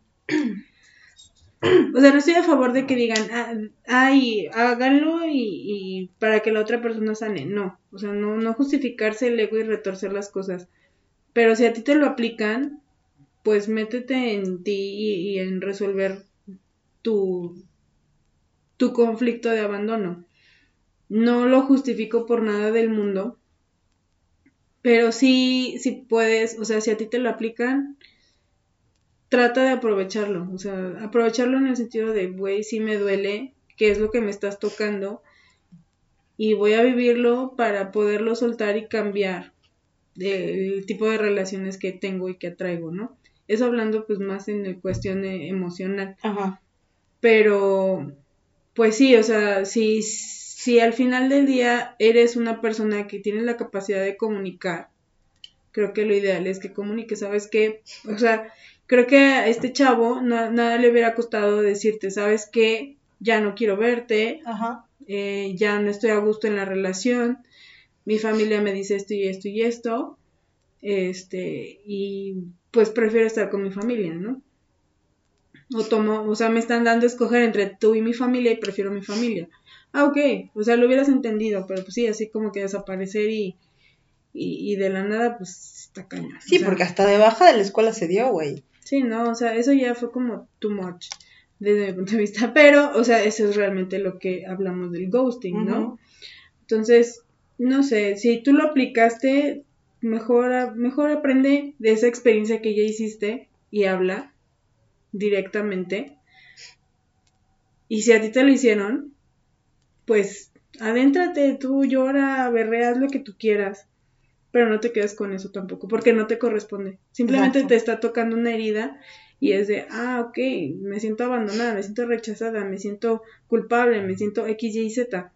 o sea, no estoy a favor de que digan, ah, ay, háganlo y, y para que la otra persona sane, no, o sea, no, no justificarse el ego y retorcer las cosas, pero si a ti te lo aplican, pues métete en ti y, y en resolver tu, tu conflicto de abandono. No lo justifico por nada del mundo, pero sí, sí puedes, o sea, si a ti te lo aplican, trata de aprovecharlo, o sea, aprovecharlo en el sentido de, güey, sí me duele, qué es lo que me estás tocando, y voy a vivirlo para poderlo soltar y cambiar el tipo de relaciones que tengo y que atraigo, ¿no? Eso hablando pues más en el cuestión de emocional. Ajá. Pero, pues sí, o sea, si, si al final del día eres una persona que tiene la capacidad de comunicar, creo que lo ideal es que comunique, ¿sabes qué? O sea, creo que a este chavo no, nada le hubiera costado decirte, ¿sabes qué? Ya no quiero verte, Ajá. eh, ya no estoy a gusto en la relación, mi familia me dice esto y esto y esto, este, y pues prefiero estar con mi familia, ¿no? O tomo, o sea, me están dando a escoger entre tú y mi familia y prefiero mi familia. Ah, ok, o sea, lo hubieras entendido, pero pues sí, así como que desaparecer y, y, y de la nada, pues está cañón. Sí, o sea, porque hasta de baja de la escuela se dio, güey. Sí, no, o sea, eso ya fue como too much desde mi punto de vista, pero, o sea, eso es realmente lo que hablamos del ghosting, ¿no? Uh-huh. Entonces, no sé, si tú lo aplicaste, mejor, mejor aprende de esa experiencia que ya hiciste y habla directamente. Y si a ti te lo hicieron, pues adéntrate, tú llora, berreas lo que tú quieras, pero no te quedes con eso tampoco, porque no te corresponde. Simplemente Exacto. te está tocando una herida y es de, ah, ok, me siento abandonada, me siento rechazada, me siento culpable, me siento X, Y, Z.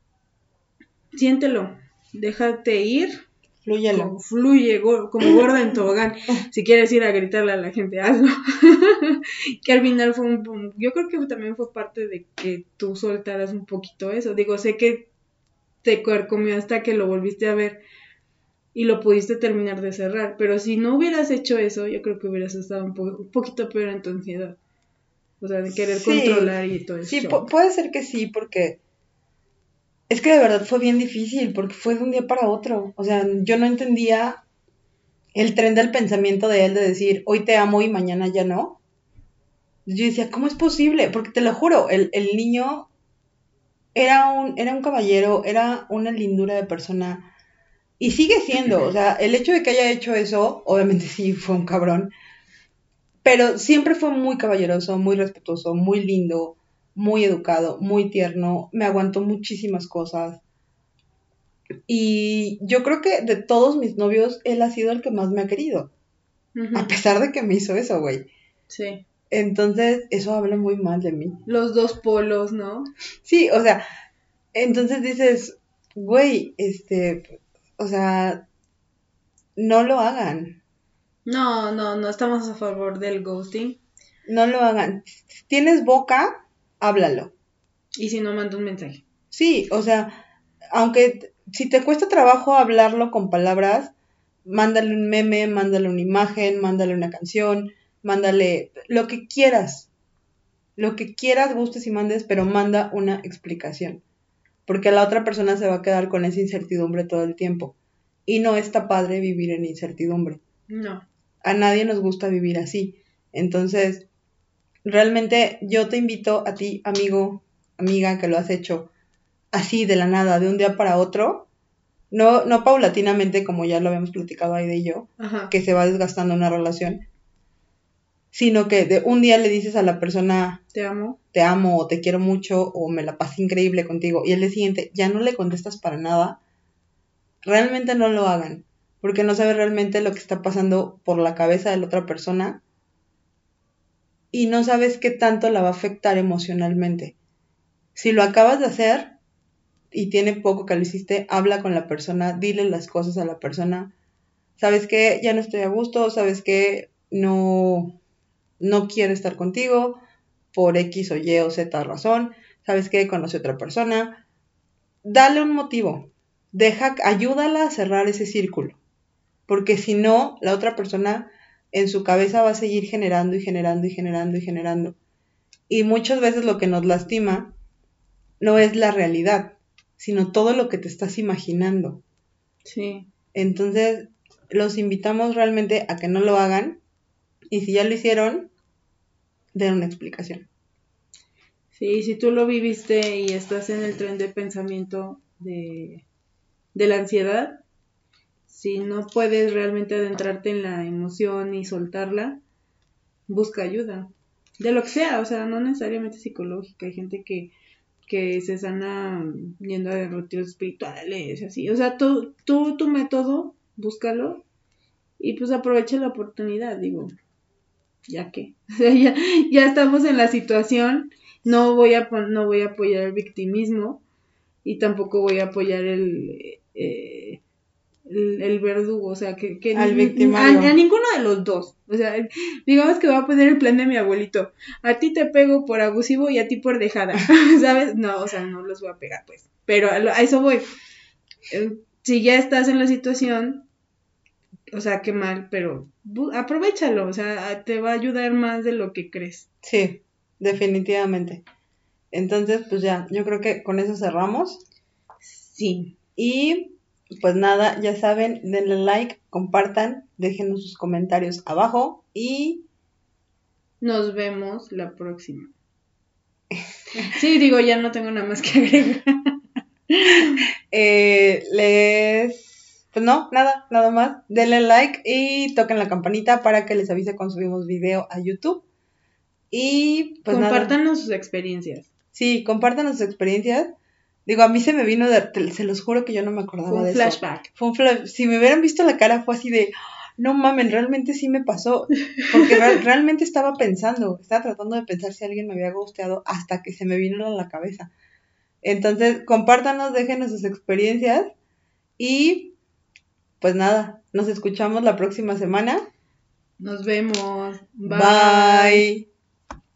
Siéntelo, déjate ir, Flúyelo. como fluye, go- como gorda en tobogán. Si quieres ir a gritarle a la gente, hazlo. Que al final fue un, yo creo que también fue parte de que tú soltaras un poquito eso. Digo, sé que te comió hasta que lo volviste a ver y lo pudiste terminar de cerrar, pero si no hubieras hecho eso, yo creo que hubieras estado un, po un poquito peor en tu ansiedad. O sea, de querer Sí, controlar y todo eso. sí, pu- puede ser que sí, porque es que de verdad fue bien difícil, porque fue de un día para otro. O sea, yo no entendía el tren del pensamiento de él de decir, hoy te amo y mañana ya no. Yo decía, ¿cómo es posible? Porque te lo juro, el, el niño era un, era un caballero, era una lindura de persona. Y sigue siendo, o sea, el hecho de que haya hecho eso, obviamente sí fue un cabrón, pero siempre fue muy caballeroso, muy respetuoso, muy lindo, muy educado, muy tierno, me aguantó muchísimas cosas. Y yo creo que de todos mis novios, él ha sido el que más me ha querido, Uh-huh. a pesar de que me hizo eso, güey. Sí. Entonces, eso habla muy mal de mí. Los dos polos, ¿no? Sí, o sea, entonces dices, güey, este, o sea, no lo hagan. No, no, no estamos a favor del ghosting. No lo hagan. Si tienes boca, háblalo. Y si no, manda un mensaje. Sí, o sea, aunque si te cuesta trabajo hablarlo con palabras, mándale un meme, mándale una imagen, mándale una canción, mándale lo que quieras. Lo que quieras, gustes y mandes, pero manda una explicación. Porque la otra persona se va a quedar con esa incertidumbre todo el tiempo. Y no está padre vivir en incertidumbre. No. A nadie nos gusta vivir así. Entonces, realmente yo te invito a ti, amigo, amiga, que lo has hecho así de la nada, de un día para otro, No, no paulatinamente, como ya lo habíamos platicado Aide y yo, Ajá. que se va desgastando una relación, sino que de un día le dices a la persona, Te amo. te amo, o te quiero mucho, o me la pasé increíble contigo, y el día siguiente ya no le contestas para nada, realmente no lo hagan, porque no sabes realmente lo que está pasando por la cabeza de la otra persona, y no sabes qué tanto la va a afectar emocionalmente. Si lo acabas de hacer, y tiene poco que lo hiciste, habla con la persona, dile las cosas a la persona, sabes que ya no estoy a gusto, sabes que no, no quiero estar contigo por X o Y o Z razón, sabes que conoce a otra persona, dale un motivo, deja, ayúdala a cerrar ese círculo, porque si no, la otra persona en su cabeza va a seguir generando y generando y generando y generando, y muchas veces lo que nos lastima no es la realidad, sino todo lo que te estás imaginando. Sí. Entonces, los invitamos realmente a que no lo hagan, y si ya lo hicieron, den una explicación. Sí, si tú lo viviste y estás en el tren de pensamiento de, de la ansiedad, si no puedes realmente adentrarte en la emoción y soltarla, busca ayuda. De lo que sea, o sea, no necesariamente psicológica. Hay gente que, que se sana yendo a retiros espirituales, así. O sea, tú, tú, tu método, búscalo y pues aprovecha la oportunidad, digo, ya que, o sea, ya, ya estamos en la situación, no voy a, no voy a apoyar el victimismo y tampoco voy a apoyar el... Eh, el, el verdugo, o sea, que, que Al a, victimario. a ninguno de los dos, o sea, digamos que voy a poner el plan de mi abuelito, a ti te pego por abusivo y a ti por dejada, ¿sabes? No, o sea, no los voy a pegar, pues, pero a, lo, a eso voy, eh, si ya estás en la situación, o sea, qué mal, pero aprovechalo, o sea, te va a ayudar más de lo que crees. Sí, definitivamente. Entonces, pues ya, yo creo que con eso cerramos. Sí. Y pues nada, ya saben, denle like, compartan, déjenos sus comentarios abajo y nos vemos la próxima. Sí, digo, ya no tengo nada más que agregar. eh, les... Pues no, nada, nada más. Denle like y toquen la campanita para que les avise cuando subimos video a YouTube. Y pues compártanos nada. sus experiencias. Sí, compártanos sus experiencias. Digo, a mí se me vino de... Se los juro que yo no me acordaba Fue un de flashback. eso. Fue un flashback. Si me hubieran visto la cara fue así de... No mamen, realmente sí me pasó. Porque re- realmente estaba pensando. Estaba tratando de pensar si alguien me había gusteado hasta que se me vino a la cabeza. Entonces, compártanos, déjenos sus experiencias. Y pues nada, nos escuchamos la próxima semana. Nos vemos. Bye. Bye.